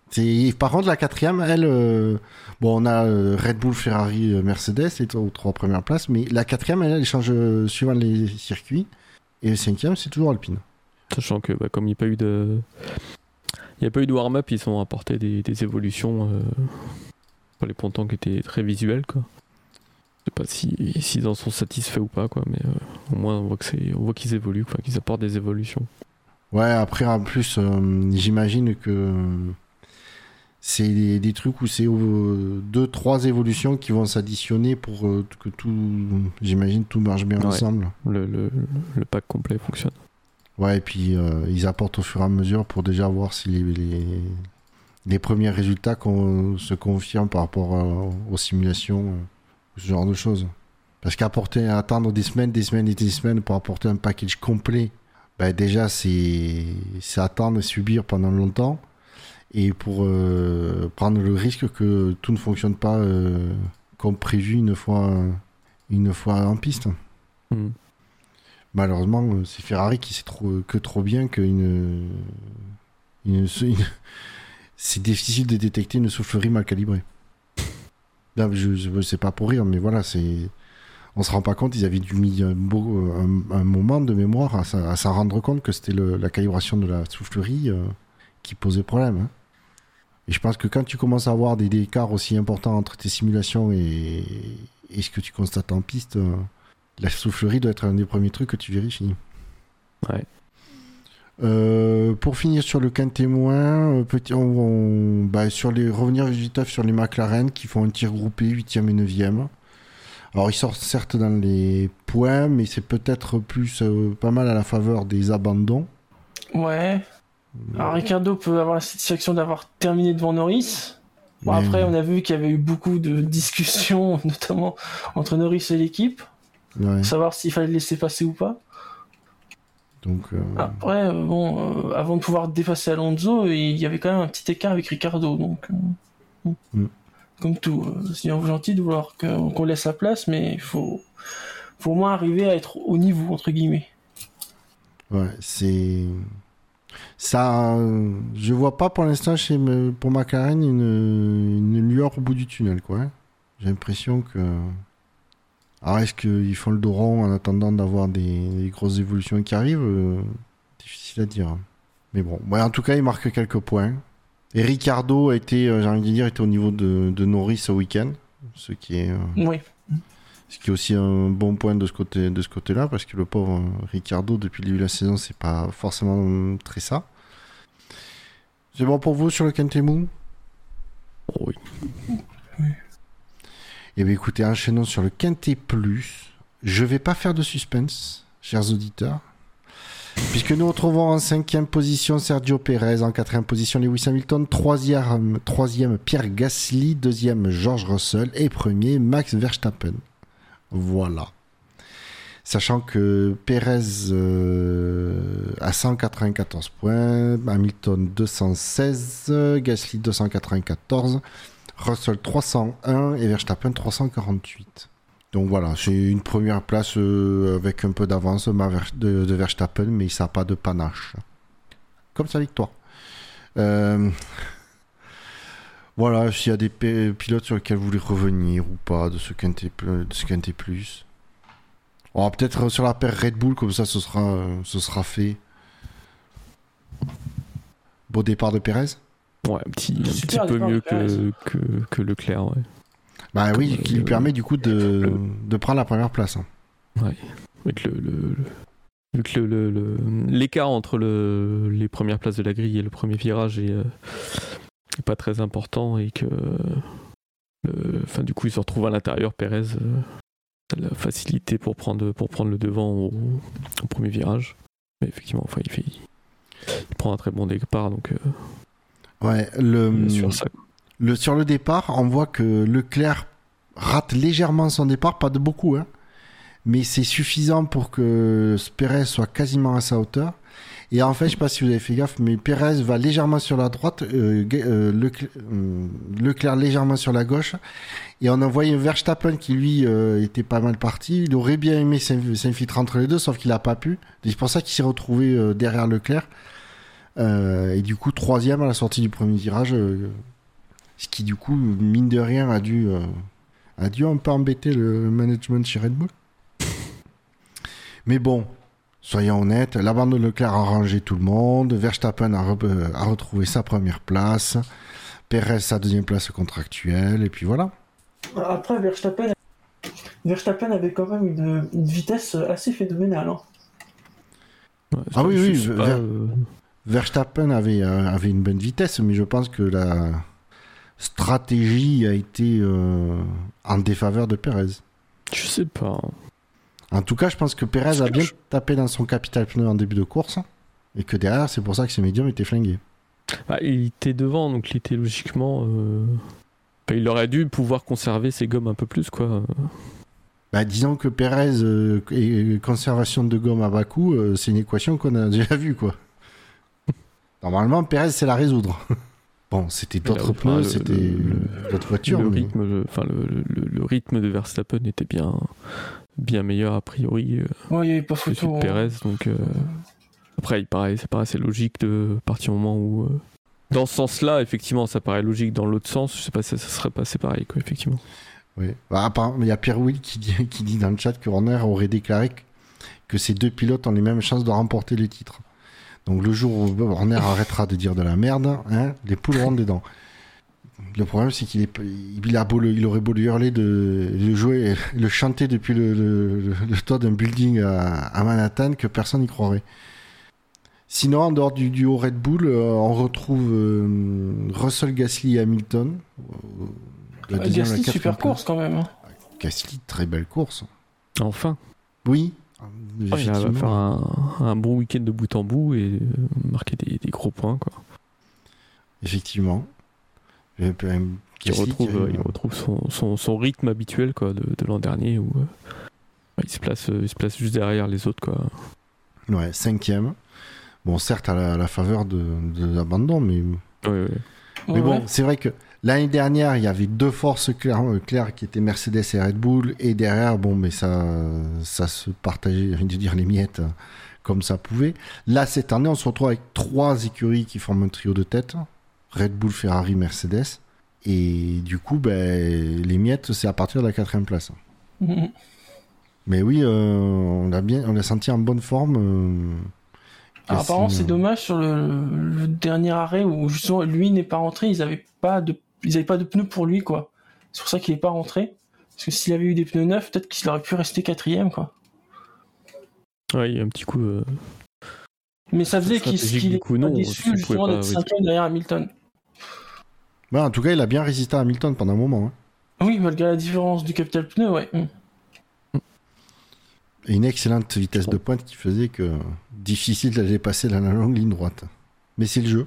Par contre, la quatrième, elle... on a Red Bull, Ferrari, Mercedes, les 3 premières places, mais la quatrième, elle change suivant les circuits. Et le 5e, c'est toujours Alpine.
Sachant que comme il n'y a pas eu de... Il n'y a pas eu de warm-up, ils ont apporté des évolutions pour les pontons qui étaient très visuels, quoi. Je sais pas s'ils en sont satisfaits ou pas, quoi, mais au moins on voit qu'ils évoluent, quoi, qu'ils apportent des évolutions.
Ouais, après en plus, j'imagine que c'est des trucs où c'est 2-3 évolutions qui vont s'additionner pour que tout marche bien ensemble.
Le pack complet fonctionne.
Ouais, et puis ils apportent au fur et à mesure pour déjà voir si les premiers résultats se confirment par rapport aux simulations, ce genre de choses. Parce attendre des semaines et des semaines pour apporter un package complet, déjà c'est attendre et subir pendant longtemps. Et pour prendre le risque que tout ne fonctionne pas comme prévu une fois en piste. Malheureusement, c'est Ferrari qui sait trop bien que c'est difficile de détecter une soufflerie mal calibrée. Là, c'est pas pour rire, mais voilà, on se rend pas compte, ils avaient dû mis un moment de mémoire à s'en rendre compte que c'était la calibration de la soufflerie qui posait problème. Hein. Et je pense que quand tu commences à avoir des écarts aussi importants entre tes simulations et ce que tu constates en piste, la soufflerie doit être un des premiers trucs que tu vérifies.
Ouais.
Pour finir sur le témoin, revenir vite sur les McLaren qui font un tir groupé 8e et 9e. Alors ils sortent certes dans les points, mais c'est peut-être plus pas mal à la faveur des abandons.
Ouais. Alors Ricciardo peut avoir la satisfaction d'avoir terminé devant Norris. Bon, après, on a vu qu'il y avait eu beaucoup de discussions, notamment entre Norris et l'équipe.
Ouais.
Savoir s'il fallait le laisser passer ou pas.
Donc,
après, avant de pouvoir dépasser Alonso, il y avait quand même un petit écart avec Ricciardo. Donc, comme tout, c'est gentil de vouloir qu'on laisse la place, mais il faut au moins arriver à être au niveau, entre guillemets.
Ouais, c'est... Ça, je vois pas pour l'instant pour McLaren une lueur au bout du tunnel, quoi. J'ai l'impression que... Alors, est-ce qu'ils font le dos rond en attendant d'avoir des grosses évolutions qui arrivent difficile à dire. Mais bon, en tout cas, il marque quelques points. Et Ricciardo était au niveau de Norris ce week-end, ce qui est aussi un bon point de ce côté-là, parce que le pauvre Ricciardo, depuis le début de la saison, c'est pas forcément très ça. C'est bon pour vous sur le Quintemou ?
Oui.
Eh bien écoutez, enchaînons sur le Quintet Plus. Je vais pas faire de suspense, chers auditeurs, puisque nous retrouvons en 5e position Sergio Pérez, en 4e position Lewis Hamilton, 3e Pierre Gasly, 2e George Russell et 1er Max Verstappen. Voilà. Sachant que Pérez a 194 points, Hamilton 216, Gasly 294, Russell 301 et Verstappen 348. Donc voilà, c'est une première place avec un peu d'avance de Verstappen, mais ça n'a pas de panache. Comme sa victoire. Voilà, s'il y a des pilotes sur lesquels vous voulez revenir ou pas de ce Quintet Plus. On va peut-être sur la paire Red Bull, comme ça ce sera fait. Beau départ de Pérez.
Ouais, un petit peu mieux que Leclerc, ouais.
Bah oui, qui lui permet du coup de prendre la première place. Hein.
Ouais. Avec l'écart entre les premières places de la grille et le premier virage est pas très important et que du coup il se retrouve à l'intérieur. Pérez a la facilité pour prendre le devant au premier virage. Mais effectivement, il prend un très bon départ, donc
ouais,
sur ça.
Sur le départ, on voit que Leclerc rate légèrement son départ, pas de beaucoup, hein, mais c'est suffisant pour que Pérez soit quasiment à sa hauteur. Et en fait, je sais pas si vous avez fait gaffe, mais Pérez va légèrement sur la droite, Leclerc légèrement sur la gauche, et on a envoyé Verstappen qui lui était pas mal parti. Il aurait bien aimé s'infiltrer entre les deux, sauf qu'il a pas pu. Et c'est pour ça qu'il s'est retrouvé derrière Leclerc. Et du coup, 3e à la sortie du premier virage, ce qui du coup, mine de rien, a dû un peu embêter le management chez Red Bull. Mais bon, soyons honnêtes, l'abandon de Leclerc a arrangé tout le monde, Verstappen a retrouvé sa première place, Perez sa deuxième place contractuelle, et puis voilà.
Après, Verstappen avait quand même une vitesse assez phénoménale. Hein.
Ah oui, Verstappen avait une bonne vitesse, mais je pense que la stratégie a été en défaveur de Perez.
Je sais pas.
En tout cas, je pense que Perez a bien tapé dans son capital pneu en début de course, et que derrière, c'est pour ça que ses médiums étaient flingués.
Il était devant, donc il était logiquement... il aurait dû pouvoir conserver ses gommes un peu plus, quoi.
Disons que Perez et conservation de gomme à bas coût, c'est une équation qu'on a déjà vue, quoi. Normalement, Perez, c'est la résoudre. Bon, c'était d'autres pneus, c'était d'autres voitures.
Le rythme de Verstappen était bien meilleur a priori.
Ouais, il n'y avait pas photo.
Que Perez, donc après, ça paraissait logique de partir au moment où. Dans ce sens-là, effectivement, ça paraît logique. Dans l'autre sens, je sais pas si ça serait passé pareil, quoi, effectivement.
Oui. Apparemment, il y a Pierre Will qui dit dans le chat que Horner aurait déclaré que ces deux pilotes ont les mêmes chances de remporter les titres. Donc le jour où Horner arrêtera de dire de la merde, les poules auront des dents. Le problème, c'est qu'il aurait beau le hurler, le jouer, le chanter depuis le toit d'un building à Manhattan, que personne n'y croirait. Sinon, en dehors du duo Red Bull, on retrouve Russell, Gasly et Hamilton.
Gasly, super course quand même.
Gasly, très belle course.
Enfin.
Oui.
Il va faire un bon week-end de bout en bout et marquer des gros points, quoi.
Effectivement.
Il retrouve son rythme habituel, quoi, de l'an dernier où il se place juste derrière les autres, quoi.
Ouais, 5e. Bon, certes à la faveur de l'abandon, mais mais bon, c'est vrai que l'année dernière, il y avait deux forces claires qui étaient Mercedes et Red Bull, et derrière, bon, mais ça se partageait, je veux dire, les miettes comme ça pouvait. Là, cette année, on se retrouve avec 3 écuries qui forment un trio de tête: Red Bull, Ferrari, Mercedes. Et du coup, les miettes, c'est à partir de la 4e place. Mm-hmm. Mais oui, on l'a senti en bonne forme.
Alors, apparemment, c'est dommage sur le dernier arrêt où justement lui n'est pas rentré. Ils n'avaient pas de pneus pour lui, quoi. C'est pour ça qu'il n'est pas rentré. Parce que s'il avait eu des pneus neufs, peut-être qu'il aurait pu rester 4e, quoi.
Ouais, il y a un petit coup.
Mais ça faisait qu'il est déçu justement d'être 5e derrière Hamilton.
Ouais, en tout cas, il a bien résisté à Hamilton pendant un moment.
Oui, malgré la différence du capital pneu, ouais.
Et une excellente vitesse de pointe qui faisait que difficile d'aller passer dans la longue ligne droite. Mais c'est le jeu.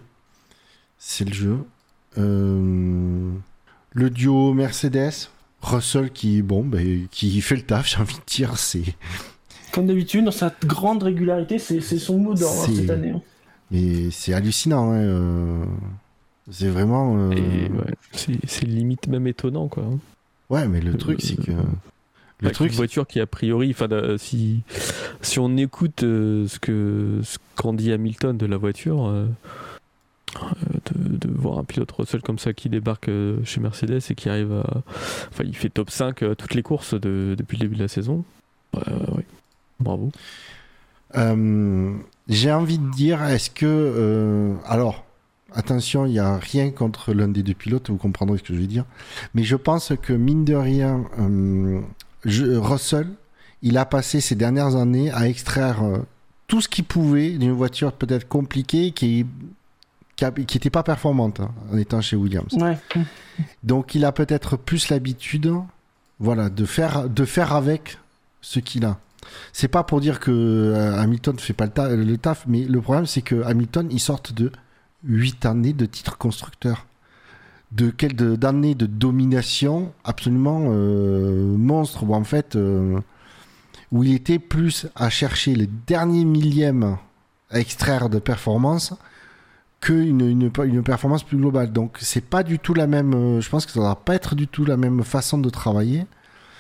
Le duo Mercedes, Russell qui fait le taf, j'ai envie de dire, c'est...
Comme d'habitude, dans sa grande régularité, c'est son mot d'ordre cette année.
Mais c'est hallucinant, c'est vraiment...
C'est limite même étonnant, quoi.
Ouais, mais le truc, c'est que...
Une voiture qui a priori, si on écoute ce qu'en dit Hamilton de la voiture, de voir un pilote Russell comme ça qui débarque chez Mercedes et qui arrive il fait top 5 toutes les courses depuis le début de la saison. Oui. Bravo.
J'ai envie de dire, est-ce que... alors, attention, il n'y a rien contre l'un des deux pilotes, vous comprendrez ce que je vais dire, mais je pense que mine de rien... Russell, il a passé ces dernières années à extraire tout ce qu'il pouvait d'une voiture peut-être compliquée qui n'était pas performante en étant chez Williams. Ouais. Donc il a peut-être plus l'habitude, de faire avec ce qu'il a. C'est pas pour dire que Hamilton ne fait pas le taf, mais le problème c'est que Hamilton, il sort de 8 années de titre constructeur. D'années de domination absolument monstre, où en fait où il était plus à chercher les derniers millièmes à extraire de performance qu'une performance plus globale. Donc c'est pas du tout la même, je pense que ça va pas être du tout la même façon de travailler,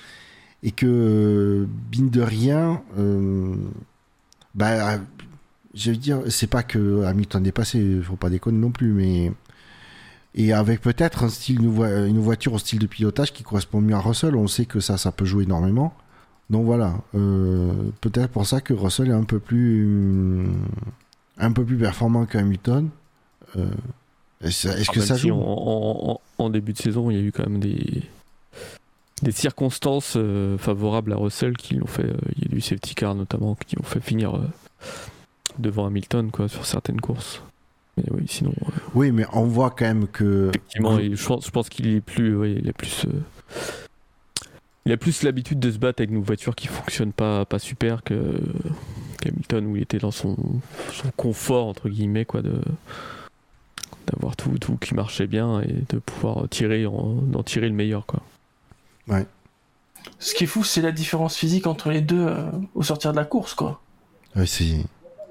et que mine de rien je veux dire, c'est pas que Hamilton dépassé, faut pas déconner non plus, mais et avec peut-être une voiture au style de pilotage qui correspond mieux à Russell, on sait que ça peut jouer énormément. Donc voilà, peut-être pour ça que Russell est un peu plus performant qu'Hamilton. Est-ce que ça joue
en début de saison, il y a eu quand même des circonstances favorables à Russell qui l'ont fait. Il y a du safety car notamment qui l'ont fait finir devant Hamilton quoi, sur certaines courses. Mais oui, sinon.
Oui, mais on voit quand même que.
Effectivement, je pense qu'il est plus. Oui, il a plus l'habitude de se battre avec une voiture qui fonctionne pas super qu'Hamilton où il était dans son confort entre guillemets quoi d'avoir tout qui marchait bien et de pouvoir d'en tirer le meilleur quoi.
Ouais.
Ce qui est fou, c'est la différence physique entre les deux au sortir de la course quoi.
Ouais, c'est.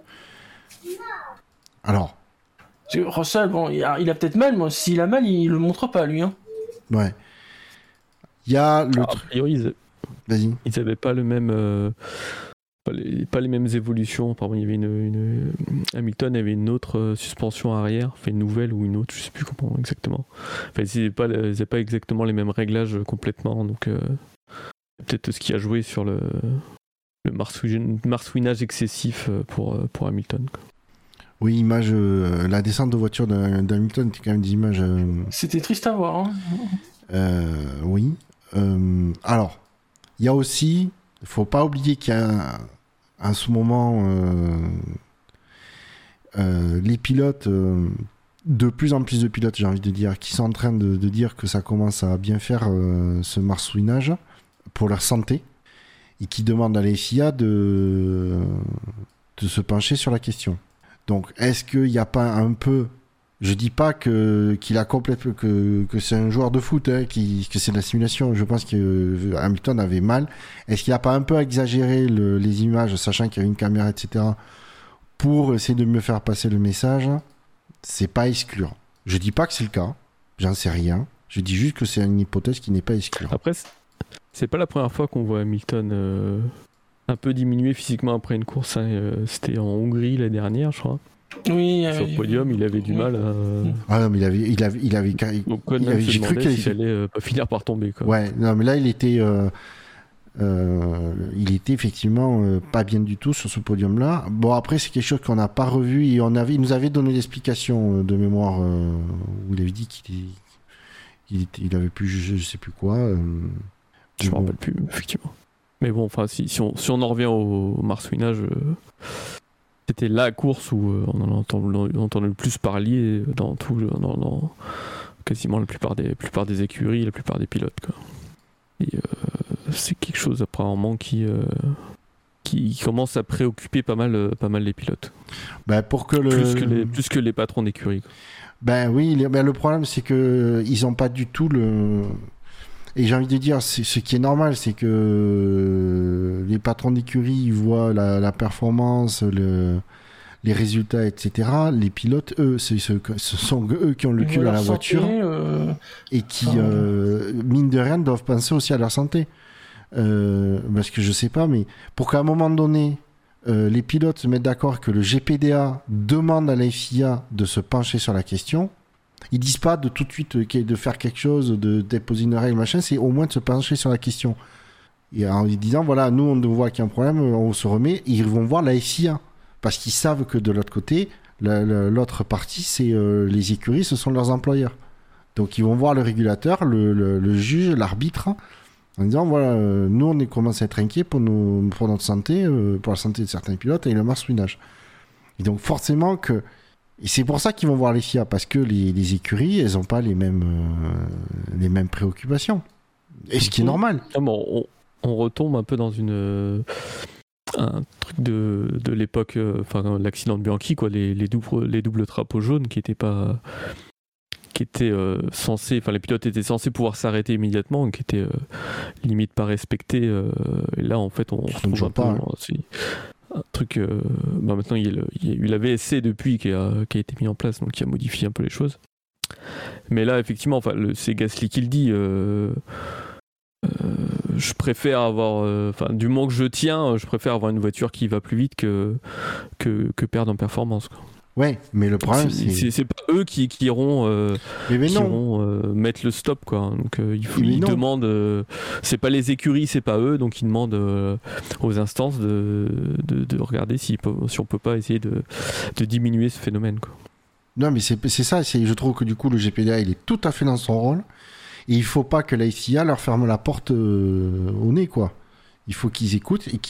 Alors.
Russell, bon, il a peut-être mal, mais s'il a mal, il le montre pas lui. Hein.
Ouais. Il y a le.
A priori,
Vas-y.
Ils avaient pas le même. Pas les mêmes évolutions. Par exemple, il y avait Hamilton avait une autre suspension arrière, une nouvelle ou une autre, je sais plus comment exactement. Enfin, ils n'avaient pas exactement les mêmes réglages complètement, donc peut-être ce qui a joué sur le marsouinage excessif pour Hamilton. Quoi.
Oui, la descente de voiture d'Hamilton était quand même des images.
C'était triste à voir. Hein.
Oui. Alors, il y a aussi. Il ne faut pas oublier qu'il y a en ce moment les pilotes, de plus en plus de pilotes, j'ai envie de dire, qui sont en train de dire que ça commence à bien faire ce marsouinage pour leur santé et qui demandent à la FIA de se pencher sur la question. Donc, est-ce qu'il n'y a pas un peu... Je dis pas qu'il a complètement que c'est un joueur de foot, hein, que c'est de la simulation. Je pense que Hamilton avait mal. Est-ce qu'il a pas un peu exagéré les images, sachant qu'il y a une caméra, etc., pour essayer de mieux faire passer le message? C'est pas exclure. Je dis pas que c'est le cas. J'en sais rien. Je dis juste que c'est une hypothèse qui n'est pas exclure.
Après, c'est pas la première fois qu'on voit Hamilton un peu diminué physiquement après une course. Hein. C'était en Hongrie l'année dernière, je crois.
Oui,
sur le podium, il avait du mal à.
Ah non, mais il avait
j'ai cru qu'il allait pas finir par tomber. Quoi.
Ouais, non, mais là, il était effectivement pas bien du tout sur ce podium-là. Bon, après, c'est quelque chose qu'on n'a pas revu et il nous avait donné l'explication de mémoire où il avait dit qu'il avait pu juger, je sais plus quoi.
Je me rappelle plus, effectivement. Mais bon, enfin, si on en revient au marsouinage. C'était la course où on en entend le plus parler dans quasiment la plupart des écuries, la plupart des pilotes. Quoi. Et c'est quelque chose apparemment qui commence à préoccuper pas mal les pilotes.
Ben pour que
plus que les patrons d'écurie. Quoi.
Ben oui, le problème c'est que ils ont pas du tout le. Et j'ai envie de dire, ce qui est normal, c'est que les patrons d'écurie ils voient la performance, les résultats, etc. Les pilotes, eux, ce sont eux qui ont le cul à la voiture et qui, mine de rien, doivent penser aussi à leur santé. Parce que je sais pas, mais pour qu'à un moment donné, les pilotes se mettent d'accord que le GPDA demande à la FIA de se pencher sur la question, ils disent pas de tout de suite de faire quelque chose, de déposer une règle, machin, c'est au moins de se pencher sur la question. Et en disant, voilà, nous, on voit qu'il y a un problème, on se remet, ils vont voir la FIA. Parce qu'ils savent que de l'autre côté, l'autre partie, c'est les écuries, ce sont leurs employeurs. Donc ils vont voir le régulateur, le juge, l'arbitre, en disant, voilà, nous, on commence à être inquiets pour notre santé, pour la santé de certains pilotes et le marsouinage. Et donc forcément que... Et c'est pour ça qu'ils vont voir les FIA, parce que les écuries, elles n'ont pas les mêmes préoccupations. Et ce qui est normal.
On retombe un peu dans un truc de l'époque, l'accident de Bianchi, quoi, les doubles drapeaux jaunes qui étaient censés, enfin les pilotes étaient censés pouvoir s'arrêter immédiatement, qui étaient limite pas respectés. Et là, en fait, on retrouve un peu. C'est un truc. Maintenant, il y a eu la VSC depuis qui a été mis en place, donc qui a modifié un peu les choses. Mais là, effectivement, c'est Gasly qui le dit. je préfère avoir, du moment que je tiens, je préfère avoir une voiture qui va plus vite que perdre en performance, quoi.
Ouais, mais le problème,
c'est pas eux qui iront, mettre le stop, quoi. Donc ils demandent, c'est pas les écuries, c'est pas eux, donc ils demandent aux instances de regarder si on peut pas essayer de diminuer ce phénomène, quoi.
Non, mais c'est ça. Je trouve que du coup le GPDA il est tout à fait dans son rôle et il faut pas que la FIA leur ferme la porte au nez, quoi. Il faut qu'ils écoutent et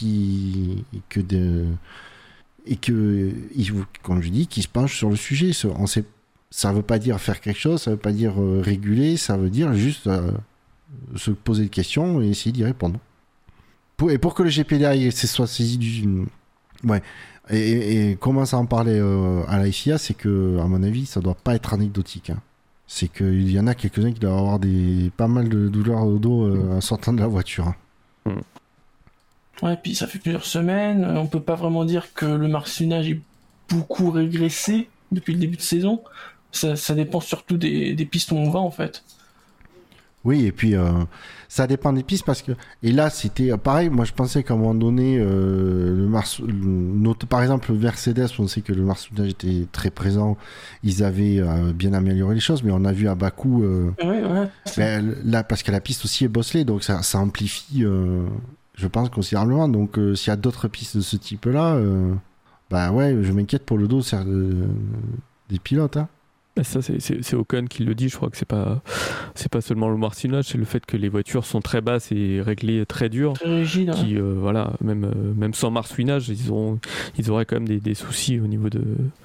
comme je dis, qu'ils se penchent sur le sujet. Ça veut pas dire faire quelque chose, ça veut pas dire réguler, ça veut dire juste se poser des questions et essayer d'y répondre. Et pour que le GPDA soit saisi du... Ouais. Et commence à en parler à la FIA, c'est que, à mon avis, ça doit pas être anecdotique, hein. C'est qu'il y en a quelques-uns qui doivent avoir pas mal de douleurs au dos en sortant de la voiture, hein.
Ouais, puis ça fait plusieurs semaines, on peut pas vraiment dire que le marcinage est beaucoup régressé depuis le début de saison. Ça dépend surtout des pistes où on va, en fait.
Oui, et puis ça dépend des pistes parce que... Et là, c'était pareil, moi je pensais qu'à un moment donné, par exemple, Mercedes, on sait que le marcinage était très présent, ils avaient bien amélioré les choses, mais on a vu à Bakou... là, parce que la piste aussi est bosselée, donc ça amplifie... je pense considérablement. Donc s'il y a d'autres pistes de ce type-là, je m'inquiète pour le dos des pilotes, hein.
Ça c'est Ocon qui le dit. Je crois que c'est pas seulement le marcinage, c'est le fait que les voitures sont très basses et réglées très dur,
très rigide, hein.
Qui même sans marcinage, ils auraient quand même des soucis au niveau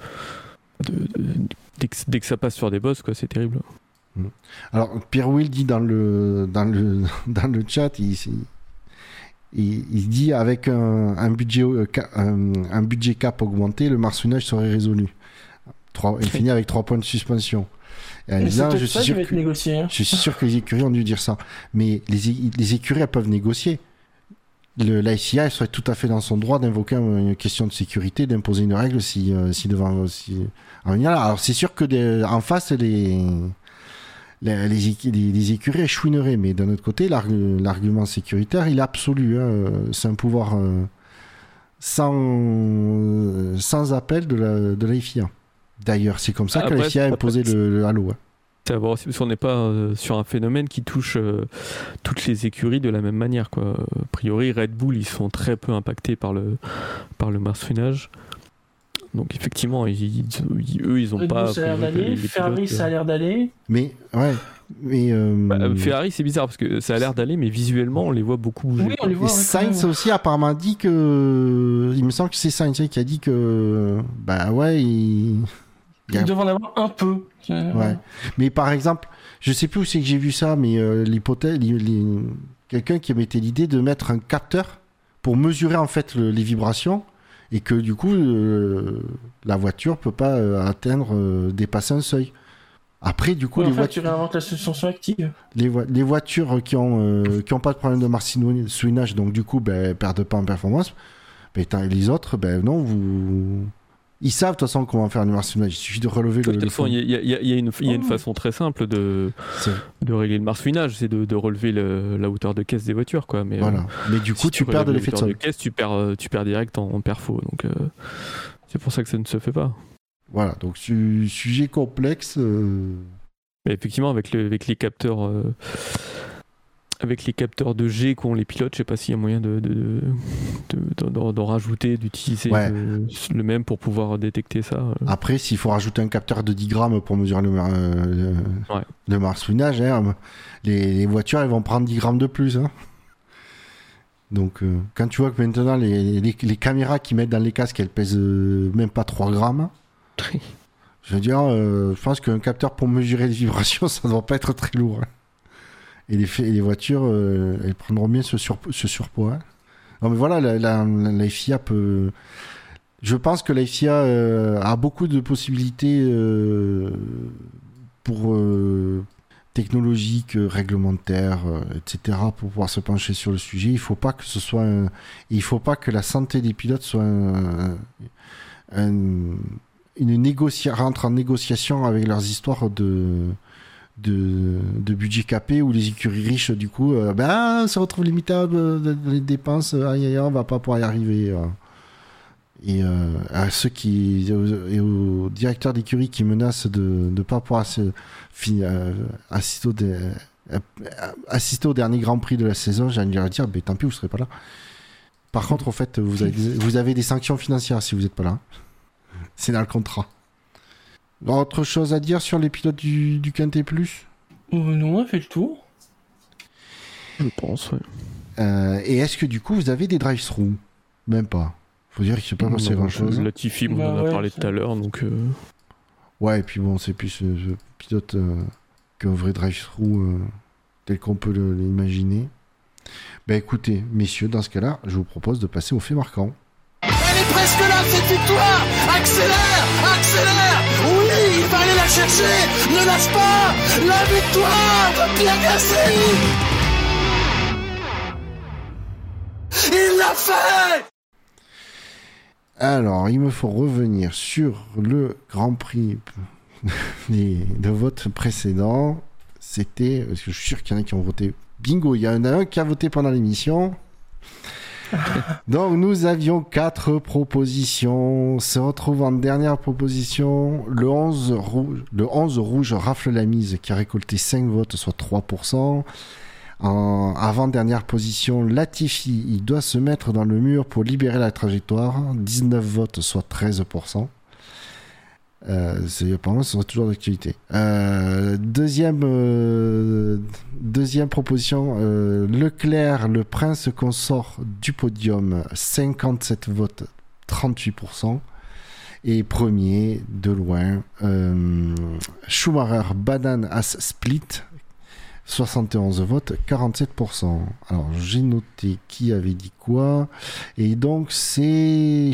dès que ça passe sur des bosses, quoi. C'est terrible.
Alors Pierre Will dit dans le chat, il dit avec un budget cap augmenté, le marcinage serait résolu. Il finit avec 3 points de suspension. Je suis sûr que les écuries ont dû dire ça. Mais les écuries, elles peuvent négocier. La FIA, elle serait tout à fait dans son droit d'invoquer une question de sécurité, d'imposer une règle si devant... Alors c'est sûr que en face, les écuries échouineraient, mais d'un autre côté, l'argument sécuritaire, il est absolu, hein. C'est un pouvoir sans appel de la FIA. D'ailleurs, c'est comme ça que la FIA a imposé le halo.
C'est à voir aussi, parce qu'on n'est pas sur un phénomène qui touche toutes les écuries de la même manière, quoi. A priori, Red Bull, ils sont très peu impactés par le marcinage. Donc effectivement, eux, ils ont
Red
pas...
Bull, ça a l'air d'aller, Ferrari, ça a l'air d'aller.
Mais, ouais...
Ferrari, c'est bizarre, parce que ça a l'air d'aller, mais visuellement, on les voit beaucoup bouger.
Oui, on les voit,
et Sainz aussi, apparemment, dit que... Il me semble que c'est Sainz qui a dit que...
Il devait en avoir un peu.
Ouais. Mais par exemple, je sais plus où c'est que j'ai vu ça, mais l'hypothèse... Quelqu'un qui mettait l'idée de mettre un capteur pour mesurer en fait les vibrations et que du coup, la voiture peut pas dépasser un seuil. Après, du coup,
tu réinventes la suspension active.
Les voitures qui ont pas de problème de marcinage, donc du coup, perdent pas en performance. Les autres, non, ils savent de toute façon comment faire le marcinage. Il suffit de relever le. De toute façon,
il y a une façon très simple de régler le marcinage, c'est de relever la hauteur de caisse des voitures, quoi. Mais
voilà. Mais du coup, tu perds de l'effet de sol.
Caisse, tu perds direct en perfo. Donc c'est pour ça que ça ne se fait pas.
Voilà, donc sujet complexe.
Mais effectivement, avec les capteurs, de G qu'ont les pilotes, je sais pas s'il y a moyen d'en rajouter, d'utiliser le même pour pouvoir détecter ça.
Après, s'il faut rajouter un capteur de 10 grammes pour mesurer le marcinage, les voitures elles vont prendre 10 grammes de plus. Hein. Donc, quand tu vois que maintenant les caméras qu'ils mettent dans les casques, elles pèsent même pas 3 grammes. Je veux dire, je pense qu'un capteur pour mesurer les vibrations, ça ne doit pas être très lourd. Hein. Et les voitures, elles prendront bien ce surpoids. Hein. Non, mais voilà, la FIA peut... Je pense que la FIA a beaucoup de possibilités pour technologiques, réglementaires, etc., pour pouvoir se pencher sur le sujet. Il faut pas que ce soit il faut pas que la santé des pilotes soit rentre en négociation avec leurs histoires de de budget capé où les écuries riches du coup se retrouvent limitées les dépenses, on va pas pouvoir y arriver. Et à ceux et aux directeurs d'écurie qui menacent de ne pas pouvoir assister au dernier Grand Prix de la saison, j'ai envie de leur dire tant pis, vous serez pas là. Par contre, en fait, vous avez des sanctions financières si vous n'êtes pas là. C'est dans le contrat. Autre chose à dire sur les pilotes du Quintet Plus ?
Non, on a fait le tour.
Je pense, ouais.
Et est-ce que du coup, vous avez des drive-through ? Même pas. Faut dire qu'il ne s'est pas passé grand-chose.
Latifi, on en a parlé tout à l'heure, donc...
Ouais, et puis bon, c'est plus ce pilote qu'un vrai drive-through tel qu'on peut l'imaginer. Écoutez, messieurs, dans ce cas-là, je vous propose de passer au fait marquant.
Elle est presque là, cette victoire. Accélère. Oui, il va aller la chercher. Ne lâche pas. La victoire de Pierre Gasly. Il l'a fait.
Alors, il me faut revenir sur le Grand Prix de vote précédent. C'était, parce que je suis sûr qu'il y en a qui ont voté. Bingo, il y en a un qui a voté pendant l'émission. Donc, nous avions 4 propositions. Se retrouve en dernière proposition, le 11 rouge rafle la mise, qui a récolté 5 votes, soit 3%. En avant-dernière position, Latifi, il doit se mettre dans le mur pour libérer la trajectoire, 19 votes, soit 13%. Apparemment, ce sera toujours d'actualité. Deuxième proposition, Leclerc, le prince consort du podium, 57 votes, 38%. Et premier, de loin, Schumacher, Badan As Split, 71 votes, 47%. Alors, j'ai noté qui avait dit quoi. Et donc, c'est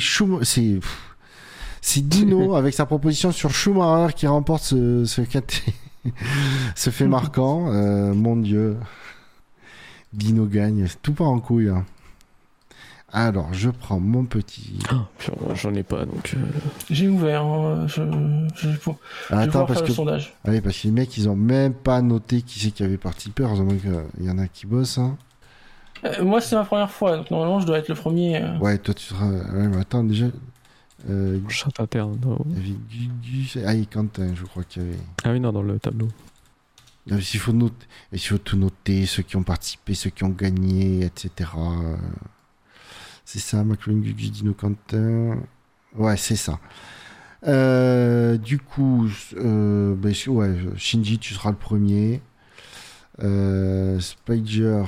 Dino avec sa proposition sur Schumacher qui remporte ce fait marquant. Mon Dieu. Dino gagne. Tout part en couille. Hein. Alors, je prends mon petit...
J'en ai pas, donc...
J'ai ouvert. Je
Attends, parce
faire
que...
le sondage.
Allez, parce que les mecs, ils ont même pas noté qui c'est qui avait participé. Heureusement qu'il y en a qui bossent. Hein.
Moi, c'est ma première fois, donc normalement, je dois être le premier.
Ouais, toi, tu seras... Ouais, mais attends, déjà...
Chat interne.
Il y avait Gugu... Ah, et Quentin, je crois qu'il y avait...
Ah oui, non, dans le tableau.
Il faut tout noter, ceux qui ont participé, ceux qui ont gagné, etc. C'est ça, McLaren, Gugu, Dino, Quentin. Ouais, c'est ça. Du coup, Shinji, tu seras le premier. Spider,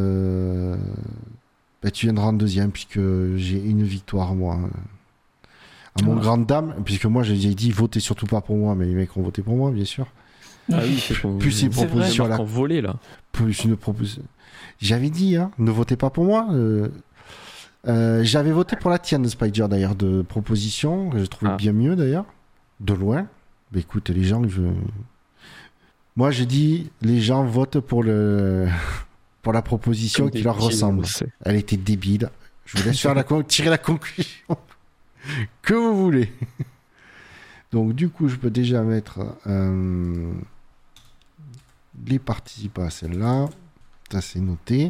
tu viendras en deuxième, puisque j'ai une victoire, moi. À mon grande dame, puisque moi, j'ai dit, votez surtout pas pour moi, mais les mecs ont voté pour moi, bien sûr.
Ah oui, c'est
plus ces propositions là.
Volé, là.
Plus une proposition. J'avais dit, hein, ne votez pas pour moi. J'avais voté pour la tienne, Spider, d'ailleurs, de proposition, que je trouvais bien mieux, d'ailleurs, de loin. Mais écoute, les gens, moi, j'ai dit, les gens votent pour la proposition qui leur ressemble. Elle était débile. Je vous laisse faire tirer la conclusion que vous voulez. Donc, du coup, je peux déjà mettre les participants à celle-là. Ça, c'est noté.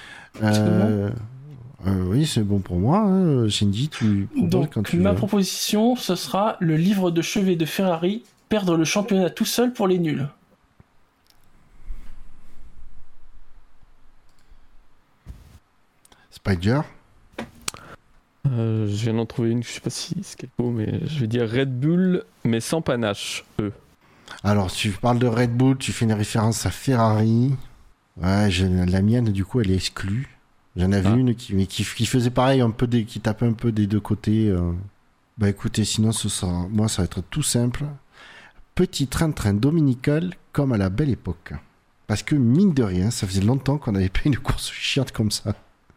Oui, c'est bon pour moi. Hein. Shinji, tu proposes
donc,
quand tu
ma
veux.
proposition, ce sera le livre de chevet de Ferrari, perdre le championnat tout seul pour les nuls.
Spider.
Je viens d'en trouver une, je sais pas si c'est quel mot, mais je vais dire Red Bull, mais sans panache, eux.
Alors, tu parles de Red Bull, tu fais une référence à Ferrari. Ouais, la mienne, du coup, elle est exclue. J'en avais une qui faisait pareil, qui tapait un peu des deux côtés. Bah écoutez, sinon, moi, ça va être tout simple. Petit train-train dominical, comme à la belle époque. Parce que, mine de rien, ça faisait longtemps qu'on n'avait pas une course chiante comme ça.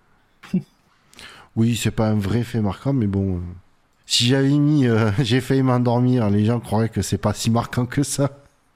Oui, c'est pas un vrai fait marquant, mais bon... si j'avais mis j'ai failli m'endormir, les gens croiraient que c'est pas si marquant que ça.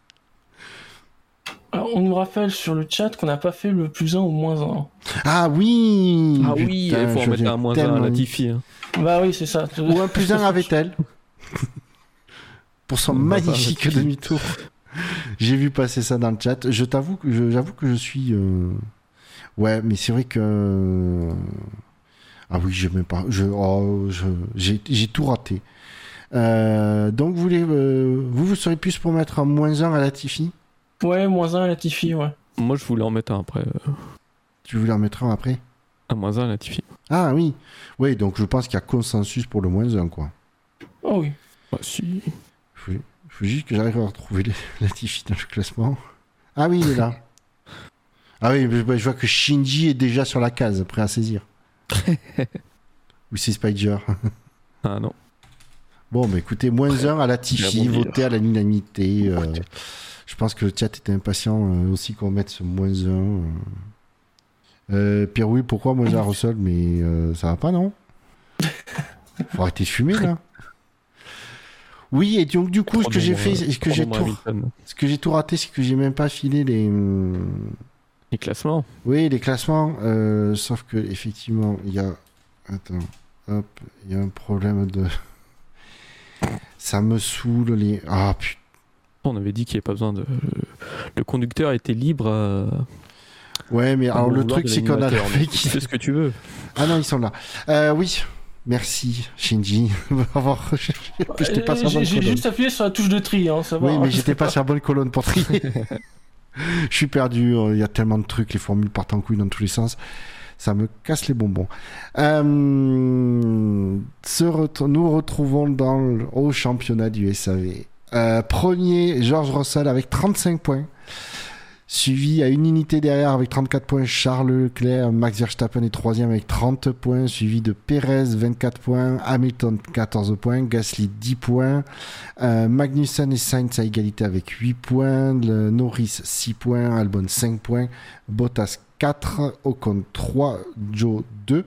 Alors, on nous rappelle sur le chat qu'on n'a pas fait le plus 1 ou moins 1.
Ah oui.
Ah oui, il faut en mettre un moins 1 à Latifi. Hein.
Bah oui, c'est ça.
Ou un plus 1 à Vettel. Pour son magnifique demi-tour. J'ai vu passer ça dans le chat. J'avoue que je suis. Ouais, mais c'est vrai que. Ah oui, j'ai même pas. J'ai tout raté. Donc vous serez plus pour mettre un -1 à Latifi ?
Ouais, -1 à Latifi, ouais.
Moi, je voulais en mettre un après.
Tu voulais en mettre un après ?
Un -1 à Latifi.
Ah oui. Oui, donc je pense qu'il y a consensus pour le -1, quoi.
Oh oui.
Bah si.
Il faut juste que j'arrive à retrouver Latifi dans le classement. Ah oui, il est là. Ah oui, je vois que Shinji est déjà sur la case, prêt à saisir. Ou c'est Spider.
Ah non.
Bon, bah écoutez, -1 à Latifi, voté à l'unanimité. Je pense que le chat était impatient aussi qu'on mette ce -1. Pierre, oui, pourquoi -1 à Russell ? Mais ça va pas, non ? Faut arrêter de fumer, là. Oui, et donc du coup, ce que j'ai tout raté, c'est que j'ai même pas filé les
classements.
Oui, les classements. Sauf que effectivement, il y a. Attends, hop, il y a un problème de. Ça me saoule les. Ah putain.
On avait dit qu'il n'y avait pas besoin de. Le conducteur était libre.
Ouais, mais alors le truc, c'est qu'on a le fait
qui fait ce que tu veux.
Ah non, ils sont là. Oui. Merci Shinji.
J'ai juste appuyé sur la touche de tri, hein, ça va.
Oui, mais j'étais pas sur la bonne colonne pour trier. Je suis perdu, il y a tellement de trucs, les formules partent en couille dans tous les sens. Ça me casse les bonbons. Nous retrouvons au championnat du SAV. Premier, George Russell avec 35 points. Suivi à une unité derrière avec 34 points, Charles Leclerc. Max Verstappen est troisième avec 30 points, suivi de Perez 24 points, Hamilton 14 points, Gasly 10 points, Magnussen et Sainz à égalité avec 8 points, Norris 6 points, Albon 5 points, Bottas 4, Ocon 3, Joe 2.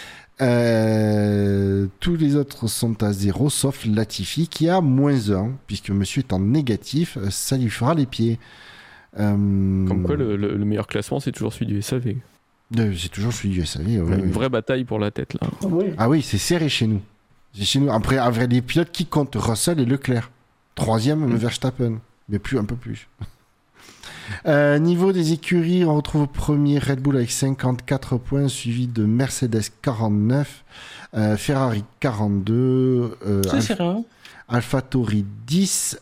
Tous les autres sont à 0 sauf Latifi qui a -1 puisque monsieur est en négatif, ça lui fera les pieds.
Comme quoi le meilleur classement c'est toujours celui du SAV.
C'est toujours celui du SAV. Ouais,
une vraie bataille pour la tête là.
Oui.
Ah oui, c'est serré chez nous. Après les pilotes qui comptent Russell et Leclerc. Troisième Verstappen, mais un peu plus. Niveau des écuries, on retrouve premier Red Bull avec 54 points, suivi de Mercedes 49, Ferrari 42, AlphaTauri 10,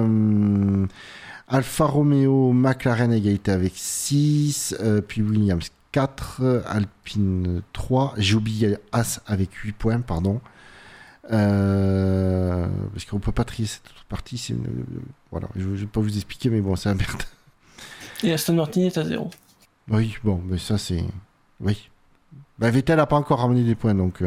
Alfa Romeo, McLaren à égalité avec 6, puis Williams 4, Alpine 3, j'ai oublié As avec 8 points, pardon. Parce qu'on ne peut pas trier cette partie. Voilà, je ne vais pas vous expliquer, mais bon, c'est la merde.
Et Aston Martin est à 0.
Oui, bon, mais ça c'est... Oui. Bah, Vettel n'a pas encore ramené des points, donc...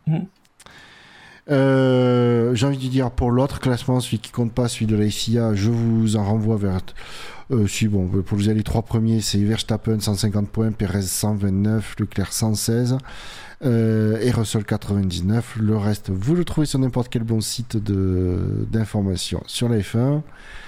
j'ai envie de dire pour l'autre classement, celui qui compte pas, celui de la FIA, je vous en renvoie vers pour vous aller les trois premiers, c'est Verstappen 150 points, Perez 129, Leclerc 116 et Russell 99. Le reste vous le trouvez sur n'importe quel bon site d'information sur la F1.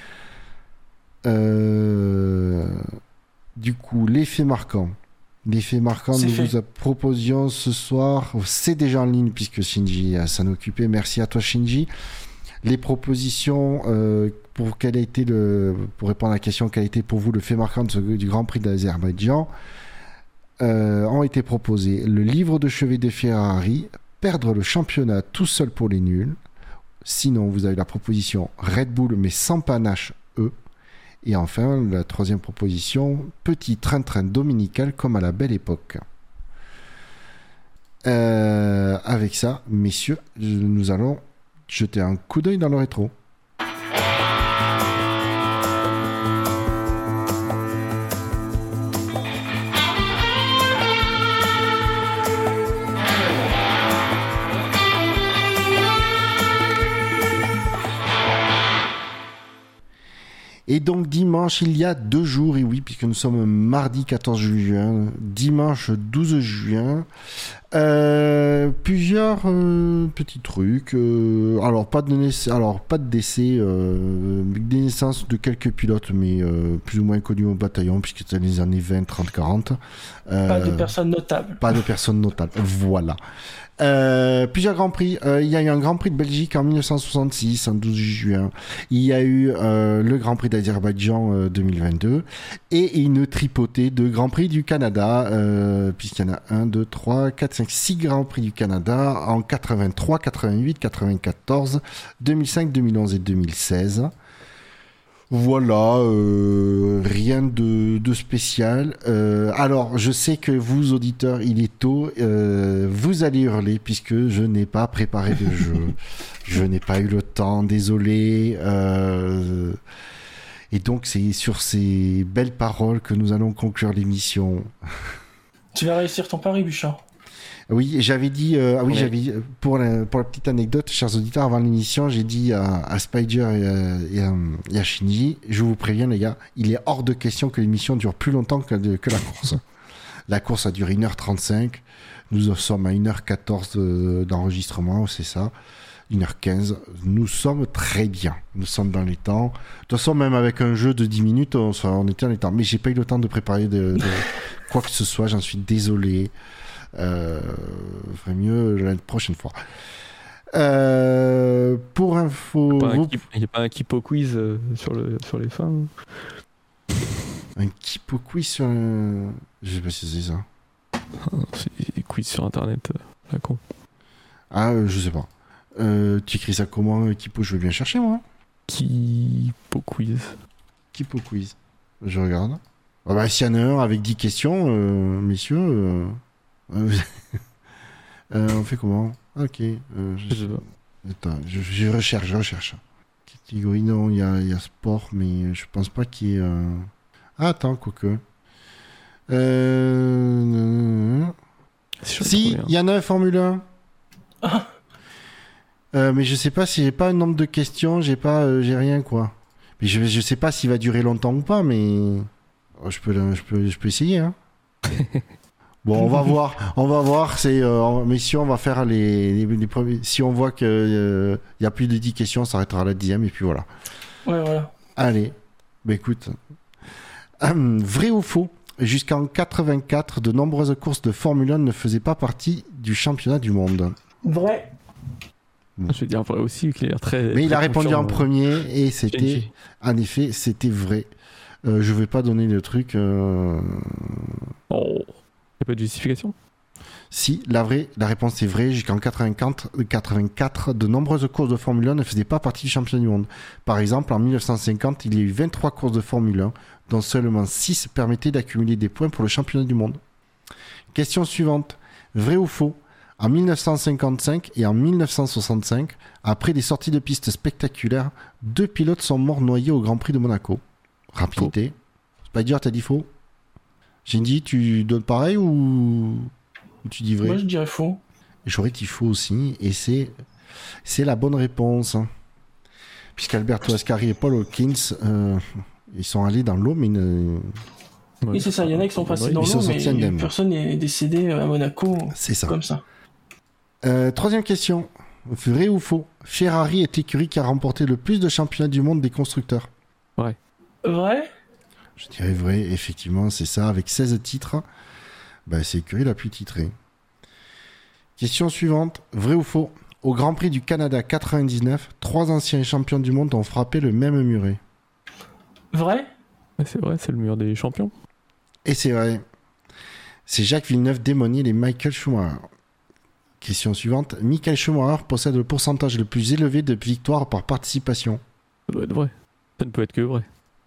Du coup, l'effet marquant, nous vous proposions ce soir, c'est déjà en ligne puisque Shinji s'en occupait. Merci à toi Shinji. Les propositions pour répondre à la question quel a été pour vous le fait marquant du Grand Prix d'Azerbaïdjan ont été proposés. Le livre de chevet de Ferrari, perdre le championnat tout seul pour les nuls. Sinon, vous avez la proposition Red Bull mais sans panache eux. Et enfin, la troisième proposition, petit train-train dominical comme à la belle époque. Avec ça, messieurs, nous allons jeter un coup d'œil dans le rétro. Et donc dimanche, il y a 2 jours, et oui, puisque nous sommes mardi 14 juin, dimanche 12 juin, plusieurs petits trucs. Alors pas de décès, des naissances de quelques pilotes, mais plus ou moins connus au bataillon, puisque c'était les années 20, 30, 40.
Pas de personnes notables.
Pas de personnes notables, voilà. Plusieurs Grands Prix. Il y a eu un Grand Prix de Belgique en 1966, en 12 juin. Il y a eu le Grand Prix d'Azerbaïdjan 2022 et une tripotée de Grands Prix du Canada, puisqu'il y en a 1, 2, 3, 4, 5, 6 Grands Prix du Canada en 83, 88, 94, 2005, 2011 et 2016. Voilà, rien de spécial. Alors, je sais que vous, auditeurs, il est tôt. Vous allez hurler puisque je n'ai pas préparé de jeu. Je n'ai pas eu le temps, désolé. Et donc, c'est sur ces belles paroles que nous allons conclure l'émission.
Tu vas réussir ton pari, Bouchard.
Oui, j'avais dit, j'avais pour la petite anecdote, chers auditeurs, avant l'émission, j'ai dit à Spider et à Shinji, je vous préviens les gars, il est hors de question que l'émission dure plus longtemps que la course. La course a duré 1h35, nous sommes à 1h14 d'enregistrement, c'est ça, 1h15, nous sommes très bien, nous sommes dans les temps. De toute façon, même avec un jeu de 10 minutes, on était dans les temps, mais j'ai pas eu le temps de préparer de quoi que ce soit, j'en suis désolé. Ferait mieux la prochaine fois. Pour info,
il n'y a pas un Kipo quiz sur les fins.
Un Kipo quiz sur je sais pas si c'est ça.
C'est des quiz sur internet, la con.
Ah, je sais pas. Tu écris ça comment, Kipo? Je veux bien chercher, moi.
Kipo quiz.
Kipo quiz. Je regarde. Ah bah, s'il y en a un avec 10 questions, messieurs. On fait comment? Ok. Attends, je recherche. Catégorie, non, il y a sport, mais je pense pas qu'il y ait. Ah, attends, quoique. Si, il y en a un Formule 1. Mais je sais pas si j'ai pas un nombre de questions, j'ai rien, quoi. Mais je sais pas s'il va durer longtemps ou pas, mais je peux essayer, hein. Bon, on va voir. Mais si on va faire les premiers, si on voit que y a plus de 10 questions, on s'arrêtera à la 10e et puis voilà.
Ouais, voilà.
Allez, bah écoute, vrai ou faux? Jusqu'en 84, de nombreuses courses de Formule 1 ne faisaient pas partie du championnat du monde.
Vrai.
Je vais dire vrai aussi, qu'il a l'air très.
Mais il a répondu en premier et
Shinji.
En effet, c'était vrai. Je vais pas donner le truc.
Oh. Il n'y a pas de justification?
Si, la réponse est vraie. Jusqu'en 84, de nombreuses courses de Formule 1 ne faisaient pas partie du championnat du monde. Par exemple, en 1950, il y a eu 23 courses de Formule 1, dont seulement 6 permettaient d'accumuler des points pour le championnat du monde. Question suivante. Vrai ou faux? En 1955 et en 1965, après des sorties de pistes spectaculaires, 2 pilotes sont morts noyés au Grand Prix de Monaco. Rapidité. Spider, t'as dit faux? Shinji, tu donnes pareil ou tu dis vrai?
Moi, je dirais faux.
J'aurais dit faux aussi, et c'est la bonne réponse. Puisqu'Alberto Ascari et Paul Hawkins, ils sont allés dans l'eau, mais
Oui, c'est ça. Il y en a qui sont passés dans l'eau, mais personne n'est décédé à Monaco.
C'est ça.
Comme ça.
Troisième question. Vrai ou faux? Ferrari est l'écurie qui a remporté le plus de championnats du monde des constructeurs.
Ouais.
Vrai?
Je dirais vrai, effectivement, c'est ça. Avec 16 titres, c'est l'écurie la plus titrée. Question suivante. Vrai ou faux? Au Grand Prix du Canada 99, 3 anciens champions du monde ont frappé le même muret.
Vrai?
C'est vrai, c'est le mur des champions.
Et c'est vrai. C'est Jacques Villeneuve, Démonier et Michael Schumacher. Question suivante. Michael Schumacher possède le pourcentage le plus élevé de victoires par participation.
Ça doit être vrai. Ça ne peut être que vrai.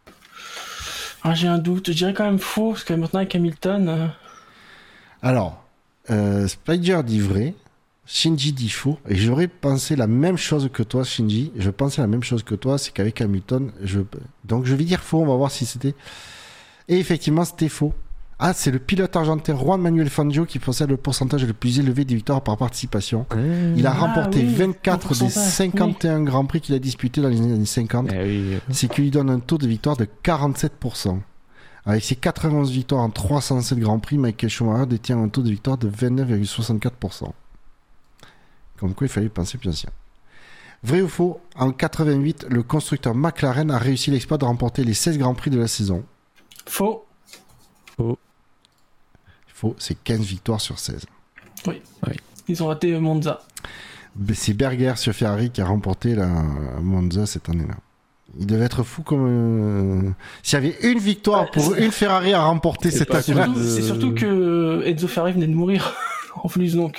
Ah, j'ai un doute. Je dirais quand même faux, parce que maintenant avec Hamilton...
Alors, Spider dit vrai, Shinji dit faux, et j'aurais pensé la même chose que toi, Shinji. Je pensais la même chose que toi, c'est qu'avec Hamilton, donc je vais dire faux, on va voir si c'était... Et effectivement, c'était faux. Ah, c'est le pilote argentin Juan Manuel Fangio qui possède le pourcentage le plus élevé des victoires par participation. Il a remporté 24 des 51 Grands Prix qu'il a disputés dans les années 50. C'est qui lui donne un taux de victoire de 47%. Avec ses 91 victoires en 307 Grands Prix, Michael Schumacher détient un taux de victoire de 29,64%. Comme quoi, il fallait penser plus ancien. Vrai ou faux? En 88, le constructeur McLaren a réussi l'exploit de remporter les 16 Grands Prix de la saison.
Faux.
Faux, c'est 15 victoires sur 16.
Oui. Ils ont raté Monza.
C'est Berger sur Ferrari qui a remporté la Monza cette année-là. Il devait être fou comme... S'il y avait une victoire pour une Ferrari à remporter cette année-là...
C'est surtout que Enzo Ferrari venait de mourir en plus, donc...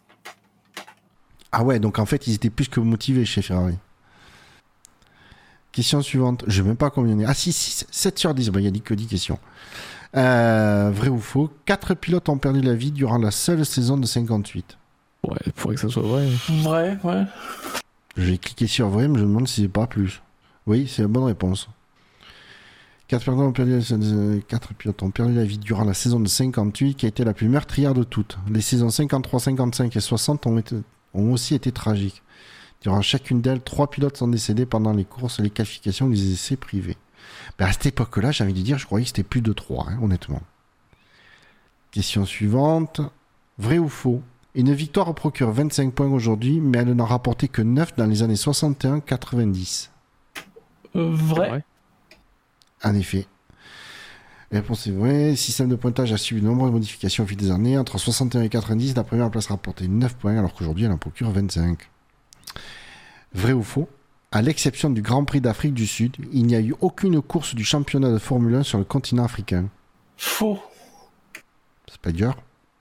Ah ouais, donc en fait, ils étaient plus que motivés chez Ferrari. Question suivante. Je ne sais même pas combien il y en a. Ah si, 7 sur 10. Bon, il n'y a que 10 questions. Vrai ou faux, 4 pilotes ont perdu la vie durant la seule saison de 58.
Ouais, il faudrait que ça soit vrai.
Vrai, ouais.
J'ai cliqué sur vrai, mais je me demande si c'est pas plus. Oui, c'est la bonne réponse. 4 pilotes ont perdu la vie durant la saison de 58, qui a été la plus meurtrière de toutes. Les saisons 53, 55 et 60 ont aussi été tragiques. Durant chacune d'elles, 3 pilotes sont décédés pendant les courses, les qualifications et les essais privés. À cette époque-là, j'ai envie de dire, je croyais que c'était plus de 3, honnêtement. Question suivante. Vrai ou faux? Une victoire procure 25 points aujourd'hui, mais elle n'en rapportait que 9 dans les années 61-90.
Vrai.
En effet. La réponse est vraie. Le système de pointage a subi de nombreuses modifications au fil des années. Entre 61 et 90, la première place rapportait 9 points, alors qu'aujourd'hui, elle en procure 25. Vrai ou faux? À l'exception du Grand Prix d'Afrique du Sud, il n'y a eu aucune course du championnat de Formule 1 sur le continent africain.
Faux.
C'est pas dur.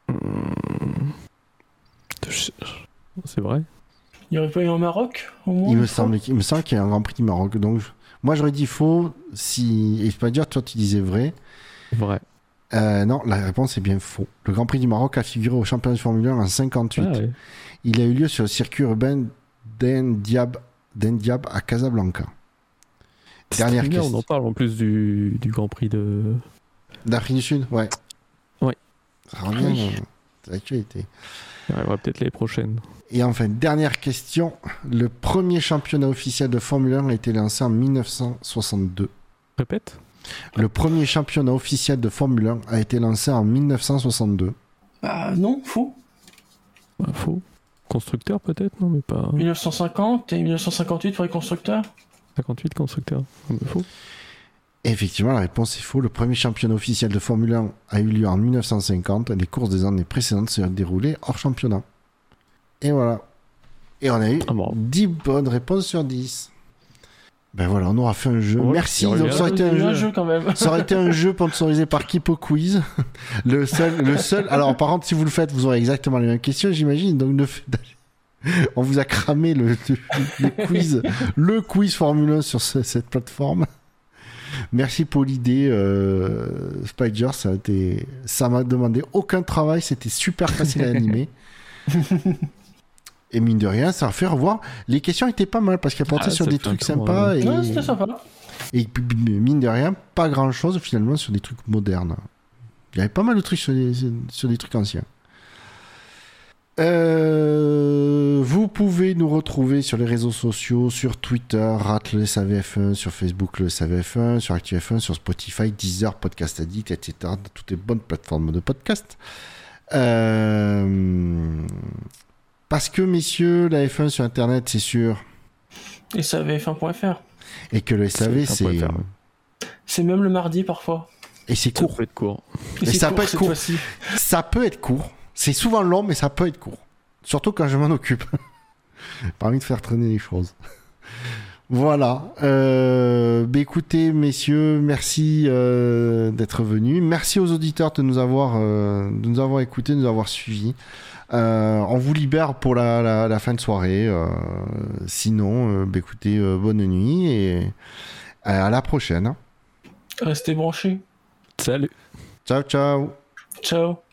C'est vrai.
Il n'y aurait pas eu un Maroc au moins?
Il me semble qu'il y a un Grand Prix du Maroc. Donc, moi, j'aurais dit faux. Et c'est pas dur, toi, tu disais vrai.
Vrai.
Non, la réponse est bien faux. Le Grand Prix du Maroc a figuré au championnat de Formule 1 en 58. Ah ouais. Il a eu lieu sur le circuit urbain d'Endiab à Casablanca. Dernière question.
On en parle en plus du Grand Prix
d'Afrique du Sud, ouais.
Ouais.
Ça revient à l'actualité.
Il arrivera peut-être l'année prochaine.
Et enfin, dernière question. Le premier championnat officiel de Formule 1 a été lancé en 1962.
Répète.
Le premier championnat officiel de Formule 1 a été lancé en 1962.
Non, faux.
Faux. Constructeur peut-être, non mais pas...
1950 et 1958 pour les constructeurs.
58 constructeurs, faux.
Effectivement, la réponse est faux. Le premier championnat officiel de Formule 1 a eu lieu en 1950. Les courses des années précédentes se déroulaient hors championnat. Et voilà. Et on a eu 10 bonnes réponses sur 10. Ben voilà, on aura fait un jeu. Merci. Donc, ça aurait été un jeu
quand même.
Ça aurait été un jeu sponsorisé par Kipo Quiz. Le seul. Alors, par contre, si vous le faites, vous aurez exactement les mêmes questions, j'imagine. Donc, on vous a cramé le quiz Formule 1 sur cette plateforme. Merci pour l'idée, Spider. Ça m'a demandé aucun travail. C'était super facile à animer. Et mine de rien, ça a fait revoir. Les questions étaient pas mal parce qu'elles portaient sur des trucs sympas.
Ouais, c'était sympa.
Et mine de rien, pas grand chose finalement sur des trucs modernes. Il y avait pas mal de trucs sur des trucs anciens. Vous pouvez nous retrouver sur les réseaux sociaux, sur Twitter, le SAVF1, sur Facebook, le SAVF1, sur ActuF1, sur Spotify, Deezer, Podcast Addict, etc. Toutes les bonnes plateformes de podcast. Parce que, messieurs, la F1 sur Internet, c'est sûr.
Et SAVF1.fr.
Et que le SAV, c'est...
C'est même le mardi, parfois.
Et c'est court.
Ça peut être court.
Et ça peut être court. Ça peut être court. C'est souvent long, mais ça peut être court. Surtout quand je m'en occupe. Pas envie de faire traîner les choses. Voilà. Écoutez, messieurs, merci d'être venus. Merci aux auditeurs de nous avoir écoutés, de nous avoir suivis. On vous libère pour la fin de soirée. Sinon, écoutez, bonne nuit et à la prochaine.
Restez branchés.
Salut.
Ciao, ciao.
Ciao.